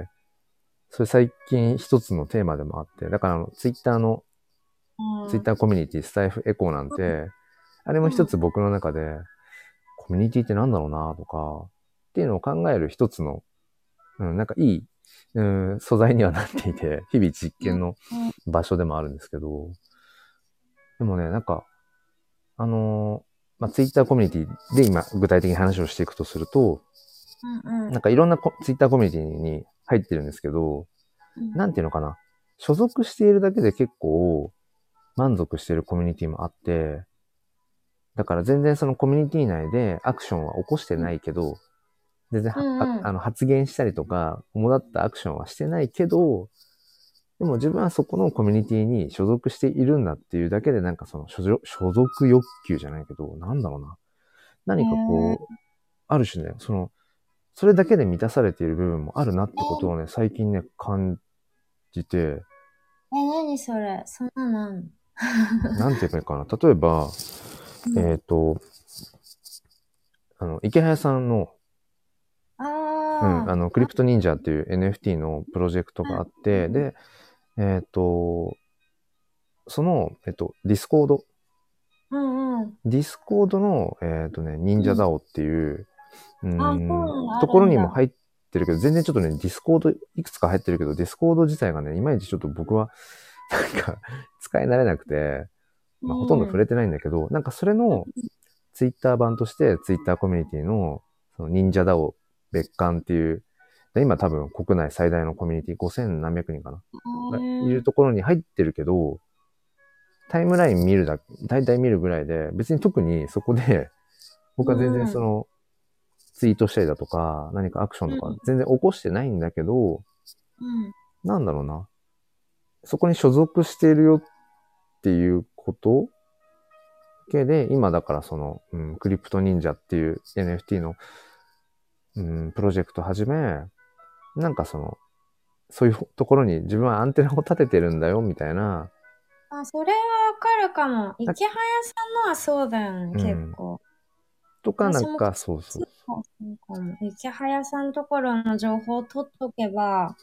それ最近一つのテーマでもあって、だからあの、ツイッターの、ツイッターコミュニティ、スタイフエコーなんて、あれも一つ僕の中で、コミュニティってなんだろうなとか、っていうのを考える一つの、うん、なんかいい、うん、素材にはなっていて、日々実験のうん場所でもあるんですけど、でもね、なんか、あのーまあ、ツイッターコミュニティで今具体的に話をしていくとすると、 うんうんなんかいろんなツイッターコミュニティに入ってるんですけど、なんていうのかな。所属しているだけで結構満足しているコミュニティもあって、だから全然そのコミュニティ内でアクションは起こしてないけど、全然はあうんうんあの発言したりとか、主だったアクションはしてないけど、でも自分はそこのコミュニティに所属しているんだっていうだけで、なんかその所属所属欲求じゃないけど、なんだろうな。何かへえこう、ある種ね、その、それだけで満たされている部分もあるなってことをね、最近ね、感じて、 え、何それそんなのあんの？ なんて言えばいいかな。例えば、 うんえっ、と、あの、池早さんの、うん、ああの、クリプト忍者っていう エヌエフティー のプロジェクトがあって、で、えっ、と、その、えっと、ディスコード、 あ、うんうん。 ディスコードの、えっ、とね、忍者ダオっていう、うーあ、そうん、 なんだ、あところるんだ。 にも入ってるけど、全然ちょっとね、ディスコードいくつか入ってるけど、ディスコード自体がね、いまいちちょっと僕は、なんか、使い慣れなくて、 うまあ、ほとんど触ん。 れてないんだけど、なんかそれのツイッター版として、ツイッターコミュニティの、その忍者ダオ別館っていう、で今多分国内最大のコミュニティごせん何百人かながいるへえところに入ってるけど、タイムライン見るだ、大体見るぐらいで、別に特にそこで、僕は全然うんうんその、ツイートしたりだとか、何かアクションとか全然起こしてないんだけど、 うんなんだろうな。そこに所属しているよっていうこと系で、今だからその、うん、クリプト忍者っていう エヌエフティー の、うん、プロジェクトはじめ、なんかその、そういうところに自分はアンテナを立ててるんだよ、みたいな、 あ、それはわかるかも。 な池早さんのはそうだよね、 うん、 結構。 とか、なんか、そうそう。 そうかも。池早さんのところの情報を取っとけば、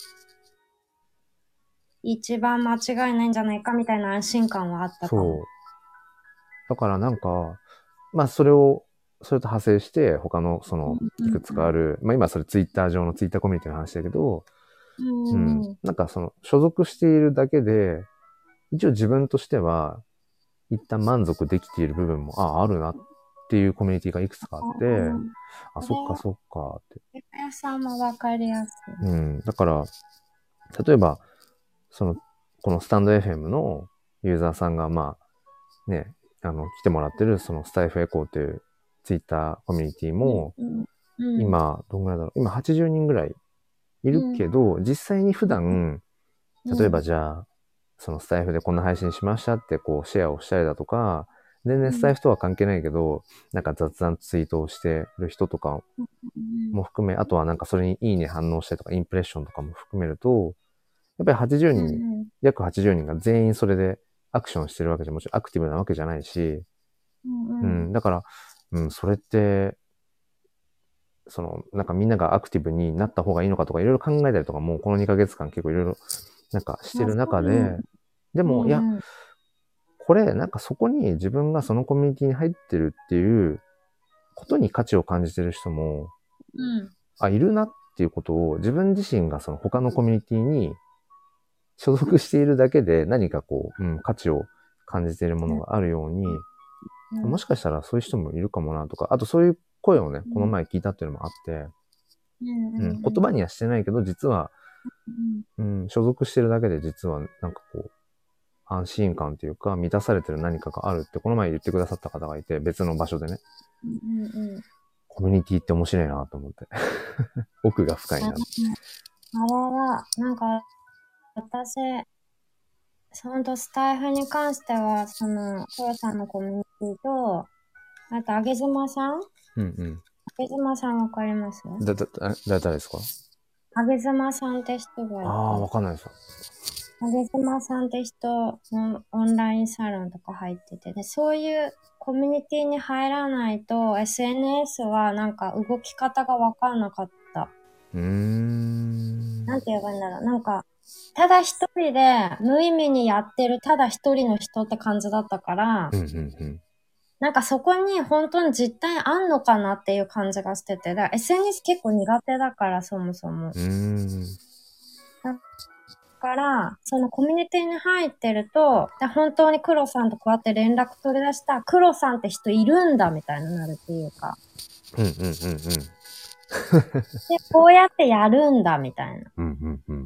一番間違いないんじゃないかみたいな安心感はあったかも。 そう。だからなんか、まあそれを、それと派生して、他の、その、いくつかある、まあ今それツイッター上のツイッターコミュニティの話だけど、 うん、 うん。なんかその、所属しているだけで、一応自分としては、一旦満足できている部分も、ああ、あるなっていうコミュニティがいくつかあって、あ、そっかそっかって。 池早さんもわかりやすい。 うん。だから、例えば、その、このスタンド エフエム のユーザーさんが、まあ、ね、あの、来てもらってる、そのスタイフエコーというツイッターコミュニティも、 うんうん、 今、どんぐらいだろう。今はちじゅうにんぐらいいるけど、うん、実際に普段、例えばじゃあ、そのスタイフでこんな配信しましたってこうシェアをしたりだとか、全然スタイフとは関係ないけど、なんか雑談ツイートをしてる人とかも含め、あとはなんかそれにいいね反応したりとか、インプレッションとかも含めると、やっぱりはちじゅうにん、うんうん、約はちじゅうにんが全員それでアクションしてるわけじゃ、もちろんアクティブなわけじゃないし、うんうん、だから、うん、それって、その、なんかみんながアクティブになった方がいいのかとかいろいろ考えたりとかもうこのにかげつかん結構いろいろなんかしてる中で、でも、いや、これなんかそこに自分がそのコミュニティに入ってるっていうことに価値を感じてる人も、うん、あ、いるなっていうことを自分自身がその他のコミュニティに所属しているだけで何かこう、うん、価値を感じているものがあるように、うん、もしかしたらそういう人もいるかもなとか、あとそういう声をね、この前聞いたっていうのもあって、うんうん、言葉にはしてないけど、実は、うん、所属してるだけで実はなんかこう、安心感というか、満たされてる何かがあるって、この前言ってくださった方がいて、別の場所でね。うんうん、コミュニティって面白いなと思って。奥が深いな。あれは、なんか、私、ほんとスタイフに関しては、その、コロさんのコミュニティと、あと、あげずまさんうんうん。あげずまさんわかりますだ、だ、だ、誰ですか？ あげずまさんって人がいて。 ああ、わかんないですよ。 あげずまさんって人のオンラインサロンとか入ってて、で、そういうコミュニティに入らないと、エスエヌエス はなんか動き方がわかんなかった。うーん。なんて言えばいいんだろう。なんか、ただ一人で無意味にやってるただ一人の人って感じだったから、うんうんうん、なんかそこに本当に実態あんのかなっていう感じがしてて、だから エスエヌエス 結構苦手だからそもそも。うーん。だから、そのコミュニティに入ってると、本当に黒さんとこうやって連絡取り出した黒さんって人いるんだみたいになるっていうか。うんうんうんうん。で、こうやってやるんだみたいな。うんうんうん。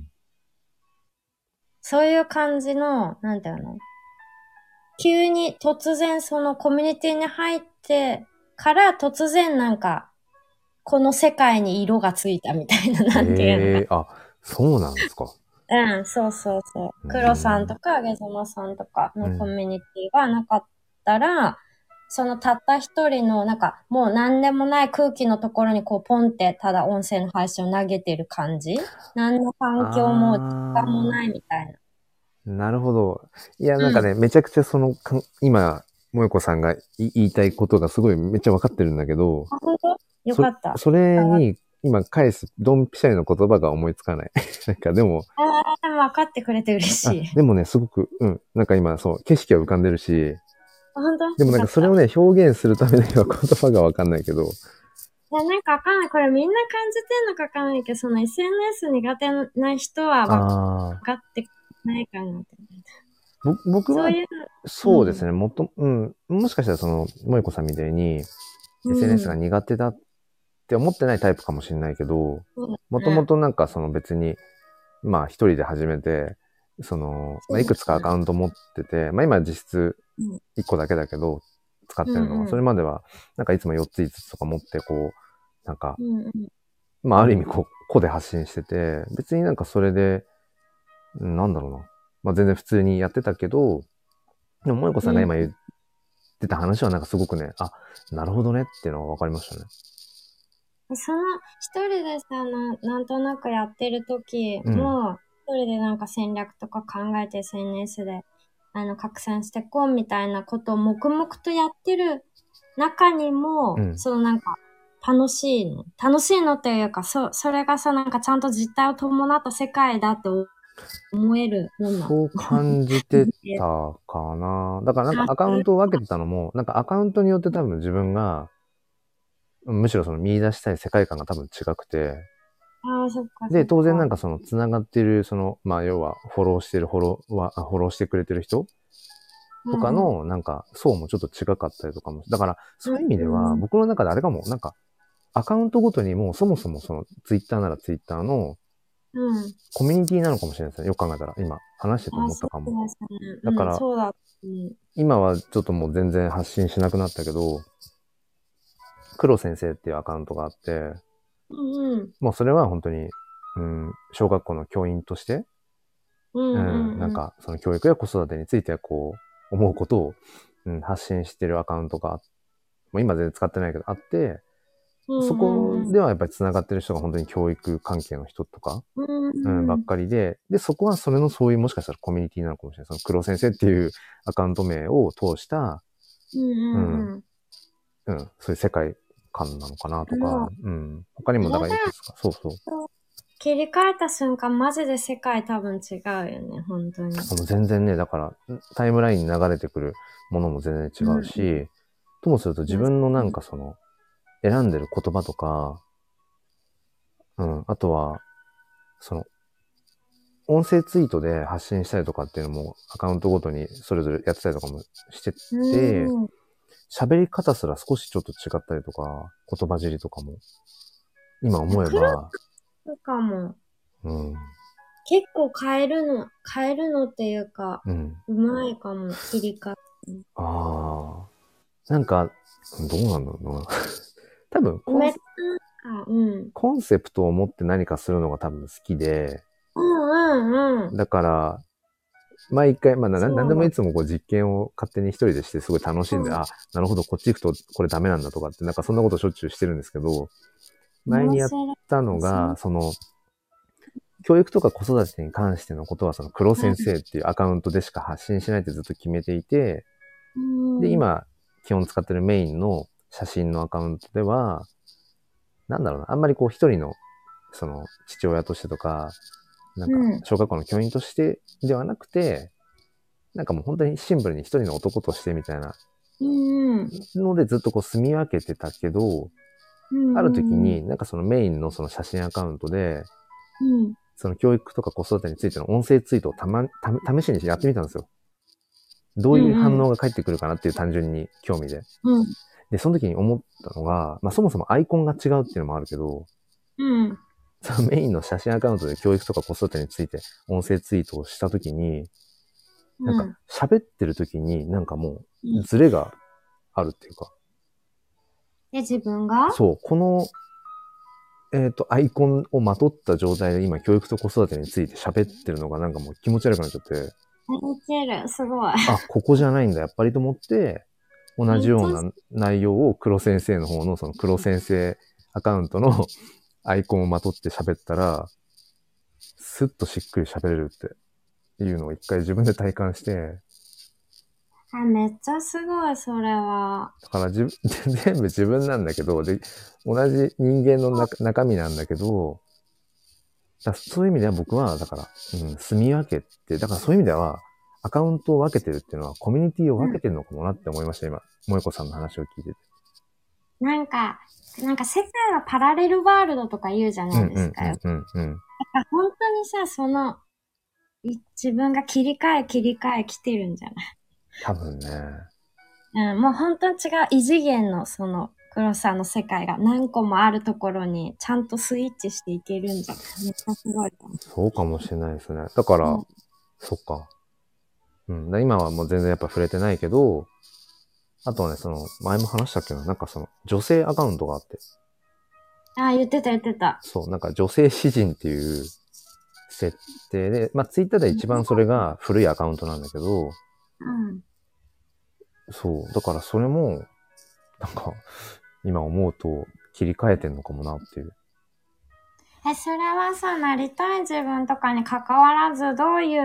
そういう感じの、なんていうの？急に突然そのコミュニティに入ってから突然なんか、この世界に色がついたみたいな、なんていうのか。 あ、そうなんですか。 うん、そうそうそう。黒さんとか、あげざまさんとかのコミュニティがなかったら、うん、そのたった一人の、なんか、もう何でもない空気のところにこう、ポンってただ音声の配信を投げてる感じ？何の環境も時間もないみたいな。 なるほど。いや、なんかね、うん、めちゃくちゃその、今、萌子さんが言いたいことがすごいめっちゃ分かってるんだけど、 あ、本当？よかった。 そ, それに、今返すドンピシャリの言葉が思いつかない。なんかでも。 ああ、分かってくれて嬉しい。 でもね、すごく、うん。なんか今、そう、景色は浮かんでるし。 本当？ でもなんかそれをね、表現するためには言葉が分かんないけど。いや、なんかわかんない。これみんな感じてんのかわかんないけど、その エスエヌエス 苦手な人は分かってないかなって。 僕は、そういう、そうですね、もっと、うん、もしかしたらその、萌子さんみたいに、エスエヌエス が苦手だって思ってないタイプかもしれないけど、もともとなんかその別に、まあ一人で始めて、その、まあ、いくつかアカウント持ってて、まあ今実質いっこだけだけど、使ってるのは、うんうん、それまでは、なんかいつもよっついつつとか持って、こう、なんか、うんうん、まあある意味こう、個で発信してて、別になんかそれで、なんだろうな。まあ全然普通にやってたけど、でも萌子さんが今言ってた話はなんかすごくね、あ、なるほどねっていうのが分かりましたね。 その一人でさ、な、なんとなくやってる時も、一、うん、人でなんか戦略とか考えて エスエヌエス で、あの、拡散してこうみたいなことを黙々とやってる中にも、 うん、 そのなんか、楽しいの。楽しいのっていうか、そ、それがさ、なんかちゃんと実態を伴った世界だって思えるもんなの。 そう感じてたかな。だからなんかあ、 アカウントを分けてたのも、なんかアカウントによって多分自分が、むしろその見出したい世界観が多分違くて、 あー、そっかそで、 っか。 当然なんかその繋がってる、その、まあ要はフォローしてるフォロワー、フォローしてくれてる人とかうんうん。 のなんか層もちょっと違かったりとかも。だからそういう意味ではうん僕の中であれかも、なんかアカウントごとにもそもそもそのツイッターならツイッターのうん。 コミュニティなのかもしれないですね。よく考えたら。今話しててあ、そ思ったかも。 うですね。うん、 だからそうだ。うん。 今はちょっともう全然発信しなくなったけど、黒先生っていうアカウントがあって、 うんうん。 もうそれは本当に、うん、小学校の教員として、 うんううん、なんんうん。 かその教育や子育てについてこう、思うことを、うん、発信してるアカウントが、もう今全然使ってないけどあって、そうんうんうん。 こではやっぱり繋がってる人が本当に教育関係の人とか、 うんうん、ばっうん。 かりで、で、そこはそれのそういうもしかしたらコミュニティなのかもしれない。その黒先生っていうアカウント名を通した、 うんうん、 うんうん。 うん、そういう世界観なのかなとか、 もう、 うん。他にもだあれだよ。 からいくつか、そうそう。 切り替えた瞬間、マジで世界多分違うよね、本当に。 もう全然ね、だからタイムラインに流れてくるものも全然違うん。 うし、ともすると自分のなんかその、選んでる言葉とか、うん、あとは、その、音声ツイートで発信したりとかっていうのもアカウントごとにそれぞれやってたりとかもしてて、 うん。 喋り方すら少しちょっと違ったりとか、言葉尻とかも、今思え来るば、 かも。 うん、 結構変えるの、変えるのっていうか、 うん、 うまいかも、切り替え。 ああ、なんか、どうなんだろうな。多分コンセ、 めっちゃなんか、うん。 コンセプトを持って何かするのが多分好きで、 うんうんうん。 だから、毎回、まあ、な、なんでもいそう。 つもこう実験を勝手に一人でしてすごい楽しんで、 うん。 あ、なるほど、こっち行くとこれダメなんだとかって、なんかそんなことしょっちゅうしてるんですけど、前にやっ面白い。 たのが、その、教育とか子育てに関してのことは、その黒先生っていうアカウントでしか発信しないってずっと決めていて、 うで、 ん。 今、基本使ってるメインの写真のアカウントでは、なんだろうな、あんまりこう一人の、その、父親としてとか、なんか、 うん。 小学校の教員としてではなくて、なんかもう本当にシンプルに一人の男としてみたいなうん。 のでずっとこう住み分けてたけど、 うある時ん。 になんかそのメインのその写真アカウントで、 うん。 その教育とか子育てについての音声ツイートをたま、た試しにやってみたんですよ。どういううん。うん。 反応が返ってくるかなっていう単純に興味で。 うん。 で、その時に思ったのが、まあそもそもアイコンが違うっていうのもあるけど、 うん。 そのメインの写真アカウントで教育とか子育てについて音声ツイートをした時に、なんかうん。 喋ってる時になんかもううん。 ズレがあるっていうか、 で、自分がそう、このえっと、アイコンをまとった状態で今、教育と子育てについて喋ってるのがなんかもう気持ち悪くなっちゃって、 似てる。すごい。 あ、ここじゃないんだ、やっぱりと思って、同じめっちゃ、 ような内容を黒先生の方のその黒先生アカウントのアイコンをまとって喋ったら、スッとしっくり喋れるっていうのを一回自分で体感して、 あ、めっちゃすごい、それは。 だから自分、全部自分なんだけど、で、同じ人間の中中身なんだけど、だそういう意味では僕は、だから、うん、住み分けて、だからそういう意味では、アカウントを分けてるっていうのは、コミュニティを分けてるのかもなって思いました、今。萌子さんの話を聞いてて。 なんか、なんか世界はパラレルワールドとか言うじゃうんないですか。だかうんうんうんうん。 ら本当にさ、その、い自分が切り替え切り替え来てるんじゃない？ 多分ね。 うん、もう本当に違う異次元のその黒さんの世界が何個もあるところにちゃんとスイッチしていけるんじゃない？めっちゃすごいと思そうかもしれないですね。だかう。うら、 ん。 そっか。うん。だ今はもう全然やっぱ触れてないけど、あとはね、その、前も話したっけど、なんかその、女性アカウントがあって、 ああ、言ってた言ってた。 そう、なんか女性詩人っていう設定で、まあ、ツイッターで一番それが古いアカウントなんだけど、 うん。 そう。だからそれも、なんか、今思うと切り替えてんのかもなっていう。 え、それはさ、なりたい自分とかに関わらず、どういう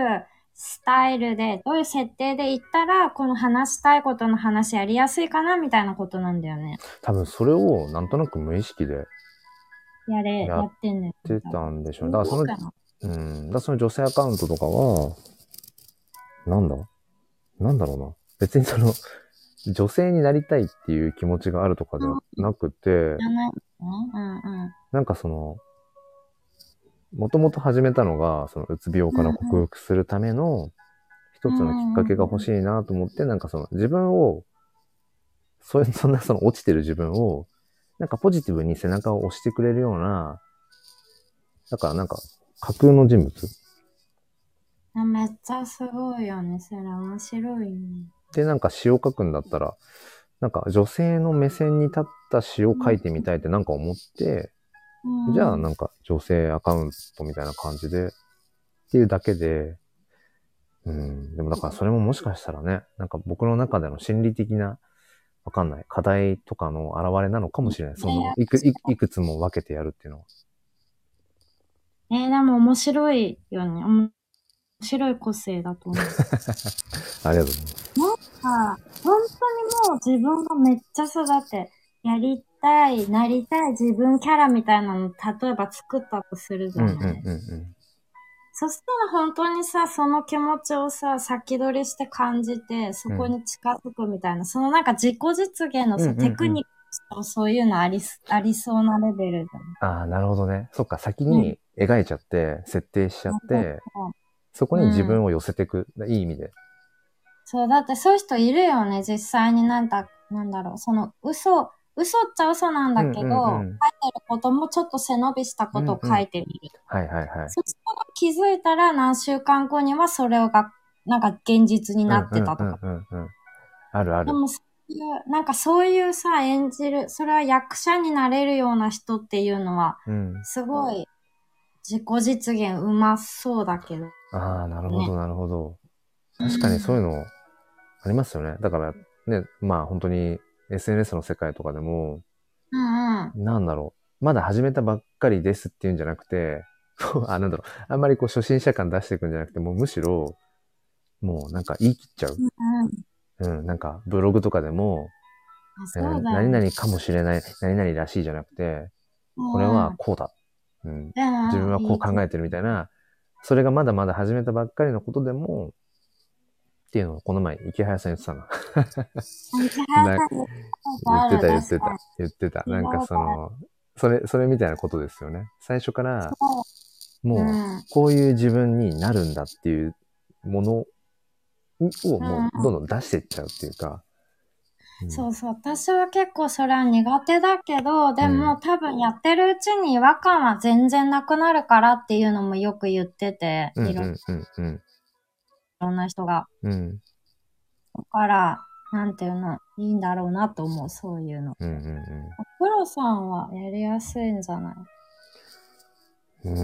スタイルで、どういう設定で言ったら、この話したいことの話やりやすいかなみたいなことなんだよね。 多分それをなんとなく無意識でやれ、 やっやってんだよ。 てたんでしょうね。だからその、 そうかな。 うん、だからその女性アカウントとかは、なんだなんだろうな。別にその、女性になりたいっていう気持ちがあるとかではなくて、 じゃないの？うんうん。 なんかその、もともと始めたのが、そのうつ病から克服するための一つのきっかけが欲しいなと思って、なんかその自分を、そそんなその落ちてる自分を、なんかポジティブに背中を押してくれるような、だからなんか架空の人物あ、めっちゃすごいよね。それ面白いね。 でなんか詩を書くんだったら、なんか女性の目線に立った詩を書いてみたいってなんか思って、 うん、 じゃあなんか女性アカウントみたいな感じでっていうだけで、うん、でもだからそれももしかしたらね、なんか僕の中での心理的な、わかんない、課題とかの現れなのかもしれない。その、いく、いいくつも分けてやるっていうのは。 えー、でも面白いよね。面白い個性だと思う。 ありがとうございます。 なんか、本当にもう自分がめっちゃ育て、やりたい、なりたい自分キャラみたいなの、例えば作ったとするじゃない。 うんうんうんうんそしたら本当にさ、その気持ちをさ、先取りして感じて、そこに近づくみたいな、うん、そのなんか自己実現のさ、うんうんうん、テクニックとそういうのあり、ありそうなレベルじゃん。 ああ、なるほどね。そっか、先に描いちゃって、うん、設定しちゃって、そこに自分を寄せていく、うん、いい意味で。 そう、だってそういう人いるよね、実際になんだ、なんだろう、その嘘、嘘っちゃ嘘なんだけど、うんうんうん、書いてることもちょっと背伸びしたことを書いてみる。 うんうん、はいはいはい。 そしたら気づいたら何週間後にはそれが、なんか現実になってたとか。 うんうんうんうん、あるある。 でもそういう、なんかそういうさ、演じる、それは役者になれるような人っていうのは、うん、すごい自己実現うまそうだけど、ね。 ああ、なるほどなるほど。確かにそういうのありますよね。だからね、まあ本当に エスエヌエス の世界とかでも、 うんうん、 なんだろう。まだ始めたばっかりですっていうんじゃなくて、あ、なんだろう。あんまりこう初心者感出していくんじゃなくて、もうむしろ、もうなんか言い切っちゃう。うん、うん、なんかブログとかでも、えー、何々かもしれない、何々らしいじゃなくて、これはこうだ。うん、自分はこう考えてるみたいな、それがまだまだ始めたばっかりのことでも、っていうのをこの前、池早さん言ってたな。言ってた言ってた。言ってた。なんかその、それ、それみたいなことですよね。最初から、もう、こういう自分になるんだっていうものをもうどんどん出していっちゃうっていうか。 うん、そうそう。私は結構それは苦手だけど、でも、うん、多分やってるうちに違和感は全然なくなるからっていうのもよく言ってて、いろんな人が。うん、だから、なんていうの、いいんだろうなと思う、そういうの。うんうんうん、プロさんはやりやすいんじゃない？ うん。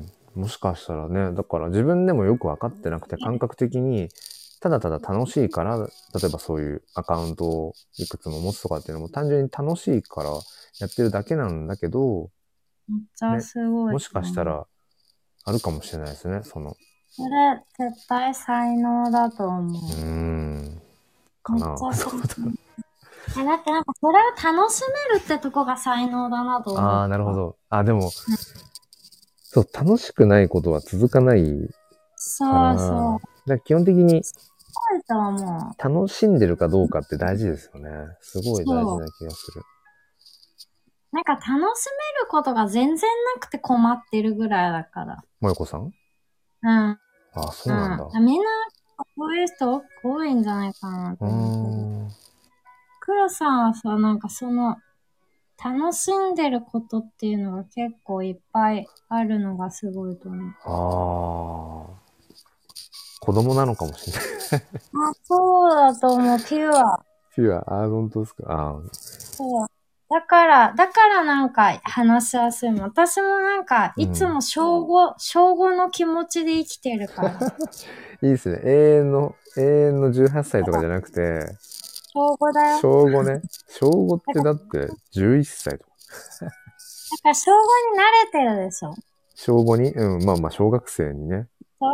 もしかしたらね、だから自分でもよくわかってなくて、感覚的に、ただただ楽しいから、例えばそういうアカウントをいくつも持つとかっていうのも単純に楽しいからやってるだけなんだけど、 めっちゃすごい、ね。 もしかしたらあるかもしれないですね、その。 それ絶対才能だと思う。うーん。かな。そうだ。 え、だってなんかそれを楽しめるってとこが才能だなと思う。 ああ、なるほど。あ、でも、うん、そう、楽しくないことは続かないから。 そうそう。 だから基本的に、 楽しんでるかどうかって大事ですよね。すごい大事な気がする。 なんか楽しめることが全然なくて困ってるぐらいだから。 もよこさん？ うん。ああ、そうなんだ。 うん、みんな、こういう人多いんじゃないかなと思う。黒さんはさ、なんかその、楽しんでることっていうのが結構いっぱいあるのがすごいと思う。 ああ。子供なのかもしれない。 あ、そうだと思う、ピュア。 ピュア、あ、本当ですか。あそう。だから、だからなんか話しやすいもん。私もなんか、いつも小五、うん、小五の気持ちで生きてるから。 いいですね。永遠の、永遠のじゅうはっさいとかじゃなくて、 小五だよ。 小五ね。小五ってだってじゅういっさいとか。 だから小五に慣れてるでしょ。 小五にうん、まあまあ小学生にね。 そう。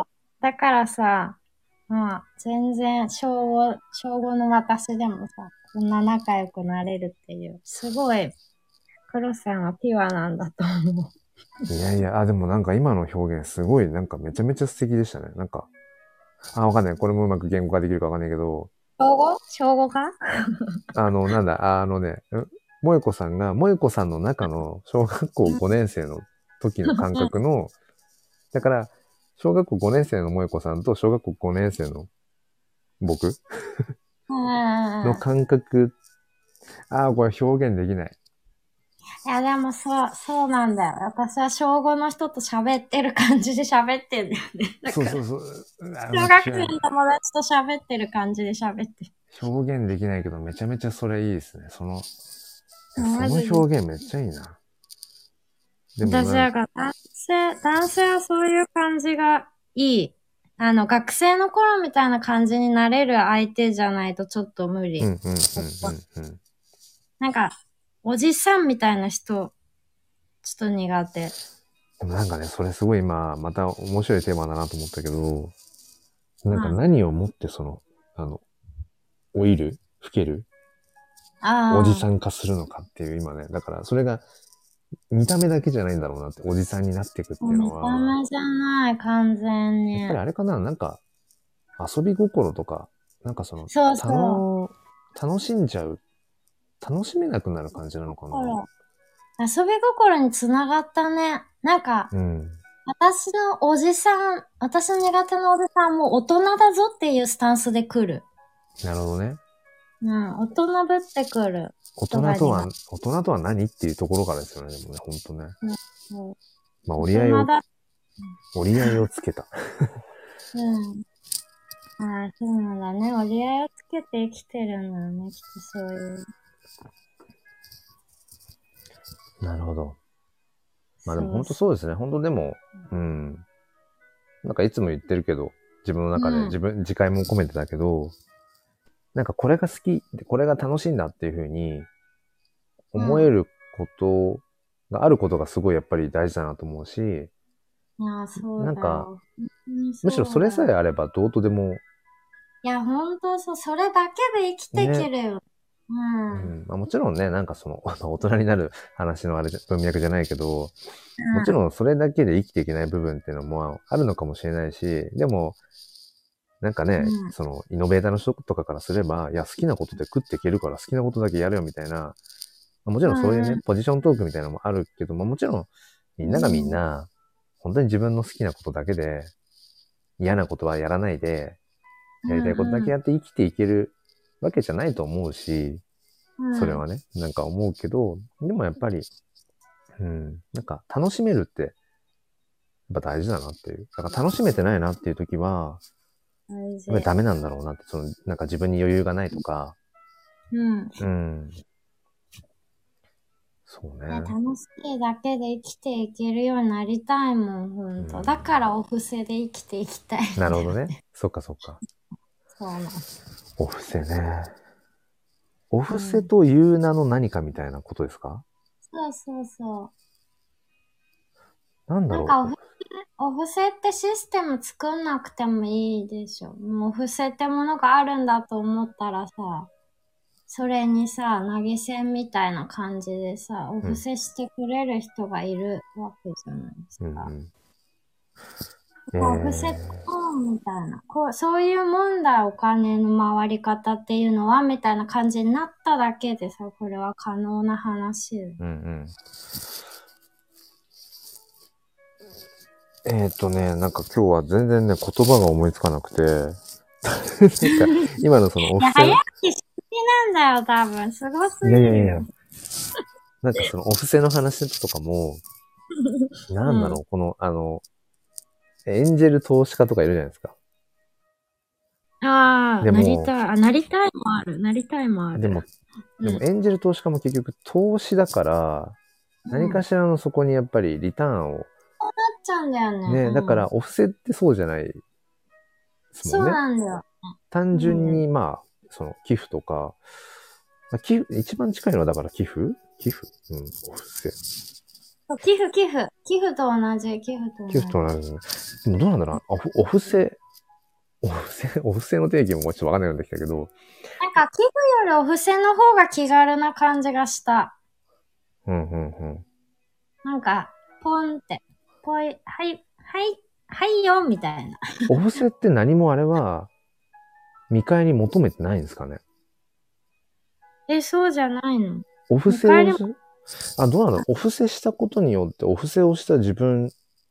だからさ、まあ、全然、小五、小五の私でもさ、こんな仲良くなれるっていう、すごい、黒さんはピュアなんだと思う。 いやいや、あ、でもなんか今の表現すごい、なんかめちゃめちゃ素敵でしたね。なんか、あ、わかんない。これもうまく言語化できるかわかんないけど、 小五小五かあの、なんだ、あのね、ん萌子さんが、萌子さんの中の小学校ごねん生の時の感覚の、だから、小学校ごねん生の萌子さんと小学校ごねん生の僕のうん。 感覚、ああ、これ表現できない。 いや、でもそう、そうなんだよ。私は小五の人と喋ってる感じで喋ってんだよね。だから、 そうそうそう。あ小の、 学生の友達と喋ってる感じで喋ってる。 表現できないけど、めちゃめちゃそれいいですね。その、そマジで。 の表現めっちゃいいな。でもなんか、 私は男性、男性はそういう感じがいい。あの、学生の頃みたいな感じになれる相手じゃないとちょっと無理。 うんうんうんうんうん。 なんか、おじさんみたいな人、ちょっと苦手。 でもなんかね、それすごい今、また面白いテーマだなと思ったけど、なんかうん。 何をもってその、あの、老いる老けるおじさあん化するのかっていう今ね、だからそれが見た目だけじゃないんだろうなって、おじさんになっていくってあ、 いうの見たは、 目じゃない、完全やっぱりに。 あれかな、なんか遊び心とか、なんかその、 そうたそう。 の、楽しんじゃう、楽しめなくなる感じなのかな。 ほら、遊び心につながったね。なんか、 うん。 私のおじさん、私の苦手なおじさんも大人だぞっていうスタンスで来る。 なるほどね。 うん、大人ぶってくる大人が苦人とは、大人とは何っていうところからですよね、でもね、ほんとね。 手。うん、 まあ、 大折り合いを、 人だ。 折り合いをつけた。 うん。ああ、そうなんだね。折り合いをつけて生きてるんだよね。きっとそういう。 なるほど。まあでも本当そうそそうですね。本当でも、うん。なんかいつも言ってるけど、自分のう。 中で、 うん。 自分、自戒も込めてたけど、なんかこれが好き、これが楽しいんだっていうふうにうん。 思えることがあることがすごいやっぱり大事だなと思うし、 いや、そうなんか、 だよ。本当にむしろそれそうだよ。 さえあればどうとでも、 いや、本当そう。それだけで生きていね、 けるよ。うん。 うん、まあもちろんね、なんかその、大人になる話のあれじゃ、文脈じゃないけど、もちうん。 ろんそれだけで生きていけない部分っていうのもあるのかもしれないし、でも、なんかね、 うん。 その、イノベーターの人とかからすれば、いや、好きなことで食っていけるから好きなことだけやるよみたいな、もちろんそういうね、 うん。 ポジショントークみたいなのもあるけど、まあもちろん、みんながみんうん。 な、本当に自分の好きなことだけで、嫌なことはやらないで、 うやりたいことだん。うん。 けやって生きていけるわけじゃないと思うし、 うん。 それはね、なんか思うけど、でもやっぱり、うん、なんか楽しめるって、やっぱ大事だなっていう。だから楽しめてないなっていう時は、 大事。 やっぱりダメなんだろうなって、その、なんか自分に余裕がないとか、 うん。 うん。そうね、 ね。 楽しいだけで生きていけるようになりたいもん、ほんと。 うん、 だからお布施で生きていきたいなるほどね。 んだよね。 そっかそっか。 そうなの。 お布施ね。お布施うん。 という名の何かみたいなことですか？ そうそうそう。 なんだろう。 なんかお布施、お布施ってシステム作んなくてもいいでしょ。もうお布施ってものがあるんだと思ったらさ、それにさ、投げ銭みたいな感じでさ、おうん。 布施してくれる人がいるわけじゃないですうんうか。 ん。えお布施ってー、 こうみたいな。こう、そういうもんだ、お金の回り方っていうのは、みたいな感じになっただけでさ、これは可能な話よ。 うんうん。えーっとね、なんか今日は全然ね、言葉が思いつかなくて、なんか今のそのおいや、早布施の、 起きしすぎなんだよ、多分。すごすいやいやいやいや、 ぎるよ。 なんかそのお布施の話とかも、なんだうん。 ろう、この、あの、エンジェル投資家とかいるじゃないですか。 ああ、 でも、 なりたい。あ、なりたいもある。なりたいもある。 でも、でもうん。 エンジェル投資家も結局投資だから、 うん。なっ何かしらのそこにやっぱりリターンを、 ちゃうんだよね。 ね、だかうん。 らお布施ってそうじゃないですもそうんね。 なんだよ。 単純なんで、 にまあ、その寄付とか、まあ寄付、一番近いのはだから寄付寄付うん、お布施。 寄付、寄付。寄付と同じ、寄付と同じ。 寄付と同じ。でもどうなんだろうな。おふ、お布施、お布施、お布施の定義もちょっとわかんないようになってきたけど。 なんか寄付よりお布施の方が気軽な感じがした。 うんうんうん。 なんか、ポンって、ぽい、はい、はい、はいよ、みたいな。 お布施って何もあれは、見返り求めてないんですかね。 え、そうじゃないの？ お布施をす、あ、どうなんだろう。お布施したことによって、お布施をした自分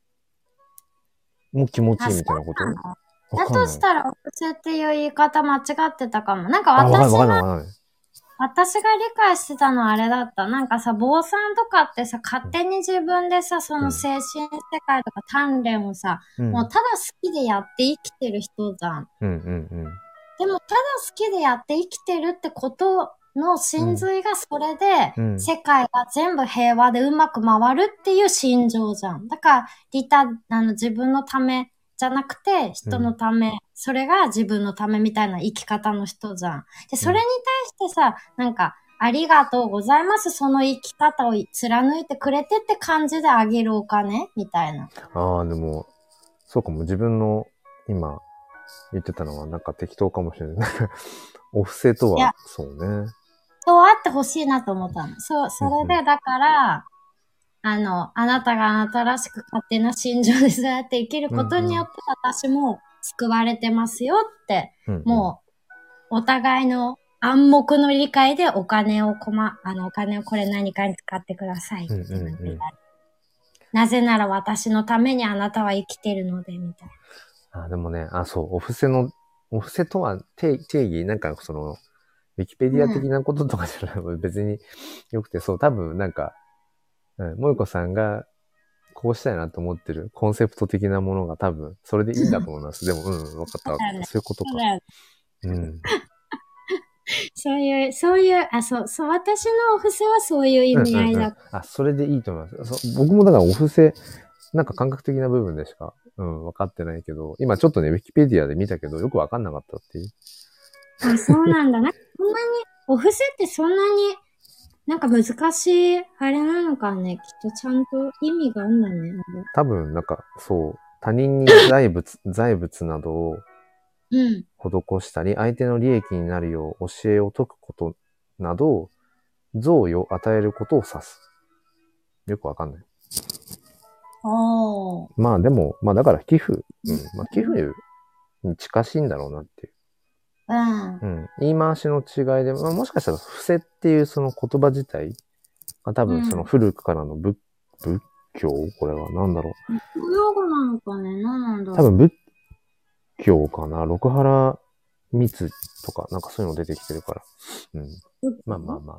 も気持ちいいみたいなことわだかんない。 としたら、お布施っていう言い方間違ってたかも。なんかあ、わかんない私わかんないの、 わかんない。 私が理解してたのはあれだった。なんかさ、坊さんとかってさ、勝手に自分でさ、その精神世界とか鍛錬をさ、 うん、 もうただ好きでやって生きてる人じゃん。 うんうんうん。 でも、ただ好きでやって生きてるってことの真髄がそれで、 うん、 世界が全部平和でうまく回るっていう心情じゃん。だから、リタ、あの、自分のためじゃなくて、人のため、うん、それが自分のためみたいな生き方の人じゃん。で、それに対してさ、なんか、ありがとうございます。その生き方を貫いてくれてって感じであげるお金みたいな。 ああ、でも、そうかも。自分の今言ってたのはなんか適当かもしれない。お布施とは、そうね。 そうあってほしいなと思ったの。そう、それで、だから、あの、あなたがあなたらしく勝手な心情でそうやって生きることによって私も救われてますよって、うんうん、もう、お互いの暗黙の理解でお金をこま、あの、お金をこれ何かに使ってくださいって、うんうんうん、なぜなら私のためにあなたは生きてるので、みたいな。あ、でもね、あ、そう、お布施の、お布施とは定義、なんかその、ウィキペディア的なこととかじゃない、うん、別によくて、そう、多分なんか、うん、萌子さんがこうしたいなと思ってるコンセプト的なものが多分、それでいいんだと思います。でも、うん、わかった。そう、ね、そういうことか。そううん。 そういう、そういう、あ、そう、そう、私のお布施はそういう意味合いだ、うんうんうん。 あ、それでいいと思います。そ僕もだからお布施、なんか感覚的な部分でしか、うん、分かってないけど、今ちょっとね、ウィキペディアで見たけど、よく分かんなかったっていう。 あ、そうなんだ。なんかそんなに、お布施ってそんなに、なんか難しい、あれなのかね。きっとちゃんと意味があるんだね。 多分、なんか、そう、他人に財物、財物などを施したり、うん、相手の利益になるよう教えを説くことなど、贈与を与えることを指す。よくわかんない。 おー。 まあでも、まあだから寄付、うん、まあ寄付に近しいんだろうなっていう。 うん。 うん。言い回しの違いで、まあ、もしかしたら布施っていうその言葉自体が多分その古くからの仏、仏教これは何だろう。 仏教用語なのかね、何なんだろう。 多分仏教かな。六原密とか、なんかそういうの出てきてるから。うん。まあまあま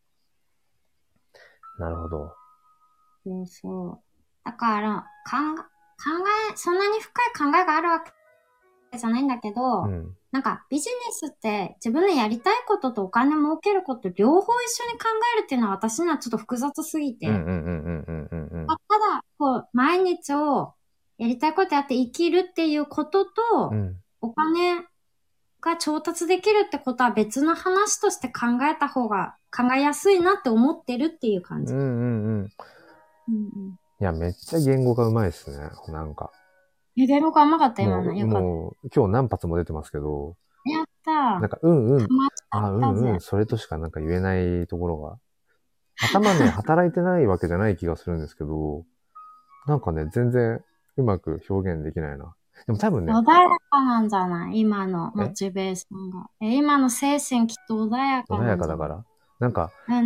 あ。なるほど。 そうそう。だから、考え、そんなに深い考えがあるわけじゃないんだけど、うん、なんかビジネスって自分のやりたいこととお金儲けること両方一緒に考えるっていうのは私にはちょっと複雑すぎて。ただ、こう、毎日をやりたいことやって生きるっていうことと、うん、お金が調達できるってことは別の話として考えた方が考えやすいなって思ってるっていう感じ。うんうんうん。うんうん、 いや、めっちゃ言語がうまいですね。なんか。 え、言語がうまかった今の。 よかった。もう、今日何発も出てますけど。 やったー。 なんか、うんうん。あ、うんうん。それとしかなんか言えないところが。頭ね、働いてないわけじゃない気がするんですけど、なんかね、全然うまく表現できないな。でも多分ね。 穏やかなんじゃない今のモチベーションが。え、今の精神きっと穏やかなんじゃない？ 穏やかだから。なんか、 うん、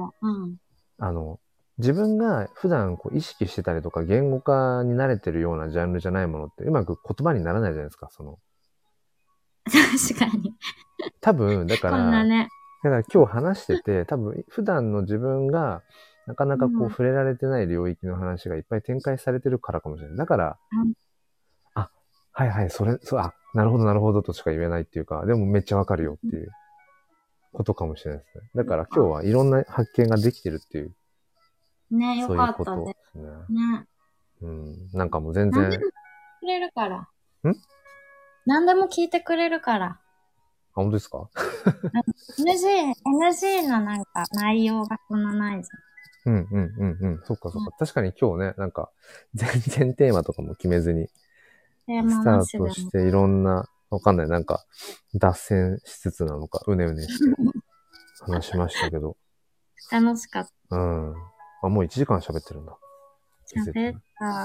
うん。 あの、自分が普段こう意識してたりとか言語化に慣れてるようなジャンルじゃないものってうまく言葉にならないじゃないですか、その。 確かに。 多分、だから、 こんなね、 だから今日話してて、多分普段の自分がなかなかこう触れられてない領域の話がいっぱい展開されてるからかもしれない。だから、うん、あ、はいはい、それ、そう、あ、なるほどなるほどとしか言えないっていうか、でもめっちゃわかるよっていうことかもしれないですね。だから今日はいろんな発見ができてるっていう。 ね、よかったね。 そういうことですね。ね。うん。なんかもう全然。 何でも聞いてくれるから。 ん何でも聞いてくれるから。あ、 本当ですか？ エヌジー、エヌジー のなんか内容がそんなないじうんうんうんうん。そっかそっか。確かに今日ね、なんか、全然テーマとかも決めずに、 テーマスターなしでも。 トしていろんな、わかんない、なんか、脱線しつつなのか、うねうねして話しましたけど。 楽しかった。 うん。あ、もういちじかん喋ってるんだ。 喋った、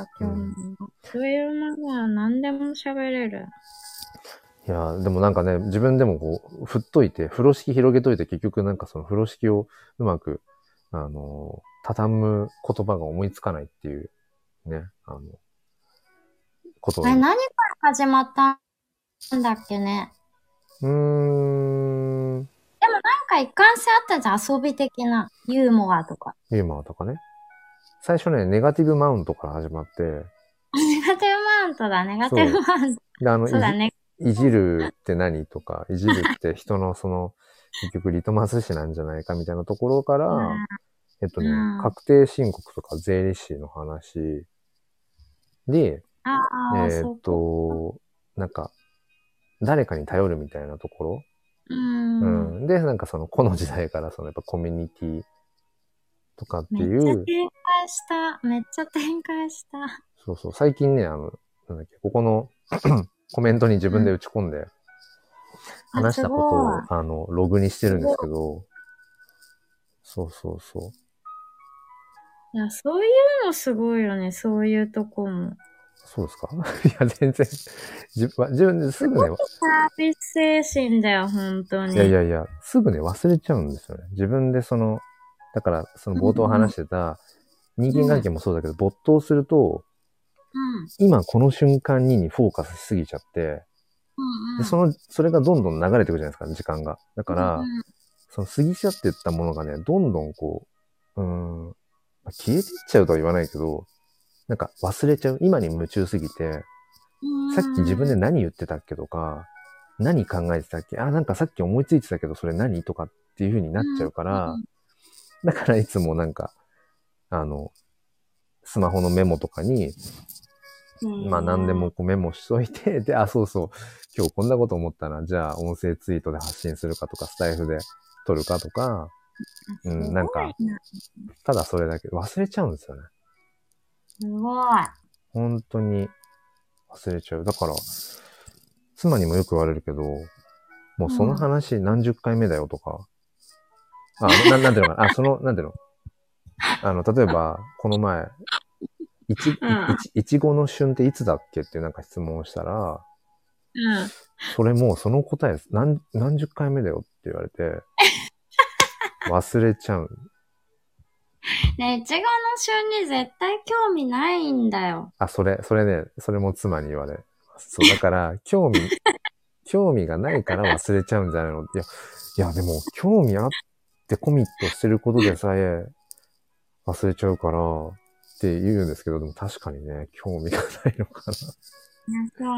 今日も。そういうのは何でも喋れる。 いや、でもなんかね、自分でもこう、振っといて、風呂敷広げといて、結局なんかその風呂敷をうまく、あの、畳む言葉が思いつかないっていう、ね、あの、ことあれ、 に。 何から始まったんだっけね。 うーん、 でもなんか一貫性あったじゃん。遊び的な。ユーモアとか。 ユーモアとかね。最初ね、ネガティブマウントから始まって、 ネガティブマウントだ、ネガティブマウント。 で、あの、 そうだね。 いじ、いじるって何とか、いじるって人のその、結局リトマス紙なんじゃないかみたいなところから、えっとね、 うん。 確定申告とか税理士の話で、 ああ、 えっそこ。 と、なんか、誰かに頼るみたいなところ、 う。 うんん。で、なんかその、この時代からその、やっぱコミュニティとかってめっいう、 ちゃ展開した。めっちゃ展開した。 そうそう、最近ね、あの、なんだっけ、ここのコメントに自分で打ち込んで、 あ、 話したすごことを、 い。 あの、ログにしてるんですごい。 すけど、そうそうそう。 いや、そういうのすごいよね。そういうとこも。 そうですかいや、全然、自分自分ですぐね、 サービス精神だよ、本当いやいに。 やいや、すぐね、忘れちゃうんですよね。自分でその、だから、その冒頭話してた、人間関係もそうだけど、没頭すると、 うん。 今この瞬間ににフォーカスしすぎちゃって、で、 うん。 その、それがどんどん流れていくじゃないですか、時間が。だかうん。 ら、 うん。 その過ぎ去っていったものがね、どんどんこう、うーん、消えていっちゃうとは言わないけど、なんか忘れちゃう。今に夢中すぎて、さっき自分で何言ってたっけとか、何考えてたっけあ、なんかさっき思いついてたけど、それ何とかっていう風になっちゃうから、だからいつもなんか、あの、スマホのメモとかに、まあ何でもこうメモしといて、で、あ、そうそう、今日こんなこと思ったな、じゃあ音声ツイートで発信するかとか、スタイフで撮るかとか、うん、なんか、ただそれだけ忘れちゃうんですよね。 すごい。 本当に忘れちゃう。だから、妻にもよく言われるけど、もうその話何十回目だよとか、あ、な、なんていうのかな、あ、その、なんていうの、あの、例えば、この前、いち、いち、いちごの旬っていつだっけっていうなんか質問をしたら、 うん。 それもうその答え何、何十回目だよって言われて、忘れちゃう。 ね、いちごの旬に絶対興味ないんだよ。 あ、それ、それね、それも妻に言われ。そう、だから、興味、興味がないから忘れちゃうんじゃないのいや、いや、でも、興味あってコミットしてることでさえ忘れちゃうから、って言うんですけど、でも確かにね、興味がないのかな。 いや、そう。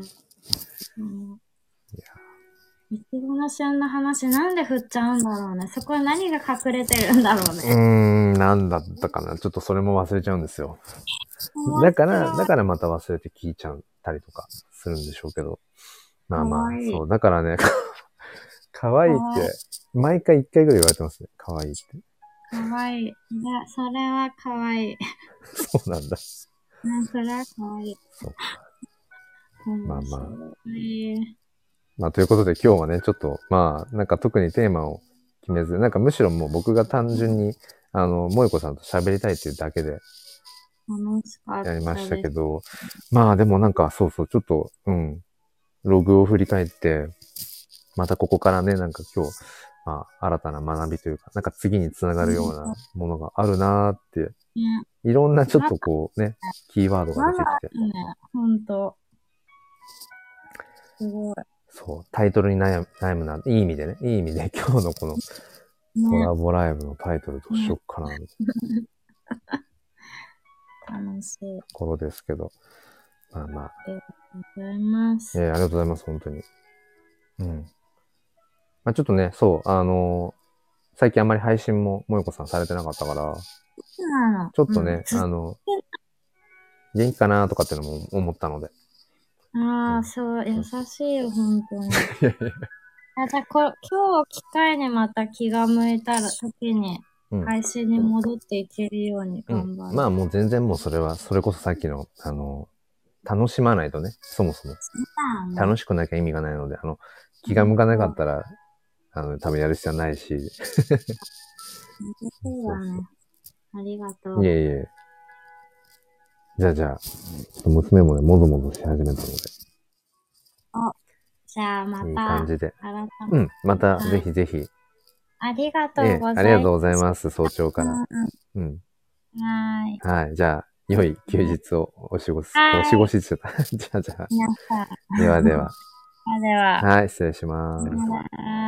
うん。 いや、 いちごの旬の話なんで振っちゃうんだろうね。そこに何が隠れてるんだろうね。 うーん、なんだったかな。ちょっとそれも忘れちゃうんですよ。だから、だからまた忘れて聞いちゃったりとかするんでしょうけど。まあまあ、そう。だからね、可愛いって、毎回一回ぐらい言われてますね。可愛いって。 可愛い。いや、それは可愛い。 そうなんだ。 うん、それは可愛い。 そうか。 うん、 まあまあ。 えー、 まあということで今日はね、ちょっと、まあ、なんか特にテーマを決めず、なんかむしろもう僕が単純に、あの、萌子さんと喋りたいっていうだけで、 楽しかったやりましたけど、まあでもなんかそうそう、ちょっと、うん、ログを振り返って、またここからね、なんか今日、まあ、新たな学びというか、なんか次につながるようなものがあるなーって、 ね、 いろんなちょっとこうね、キーワードが出てきて。 ね、ほんと。すごい。 そう、タイトルに悩む、悩むな、いい意味でね、いい意味で今日のこのコラボライブのタイトルどうしよっかな、みたいな。楽しい。 ところですけど。まあまあ。 ありがとうございます。 えー、ありがとうございます、本当に。うん。まあちょっとね、そう、あのー、最近あんまり配信も萌子さんされてなかったから、ちょっとね、うん、あの、元気かなとかっていうのも思ったので。 ああ、うん、そう、優しいよ、本当に。いやいや。こ今日機会にまた気が向いたら時にうん配信に戻っていけるようにうん。 頑張る。 まあもう全然もうそれは、それこそさっきの、あの、楽しまないとね、そもそも。 そうだね。 楽しくなきゃ意味がないので、あの、気が向かなかったら、あの、多分やる必要はないし。 そうだね。ありがとう。 いえいえ。じゃあじゃあ、ちょっと娘もね、もぞもぞし始めたので。 お、じゃあまた。 いい感じで。 改めてうん。また、 はいぜひぜひ。 ありがとええうございます。 ありがとうございます。早朝から。 うんうん。 はーい。 はい。じゃあ、良い休日をお過ごし、 はいお過ごししてた。じゃあじゃあ。 皆さん。 ではでは。 では。 はい、失礼します。 さよなら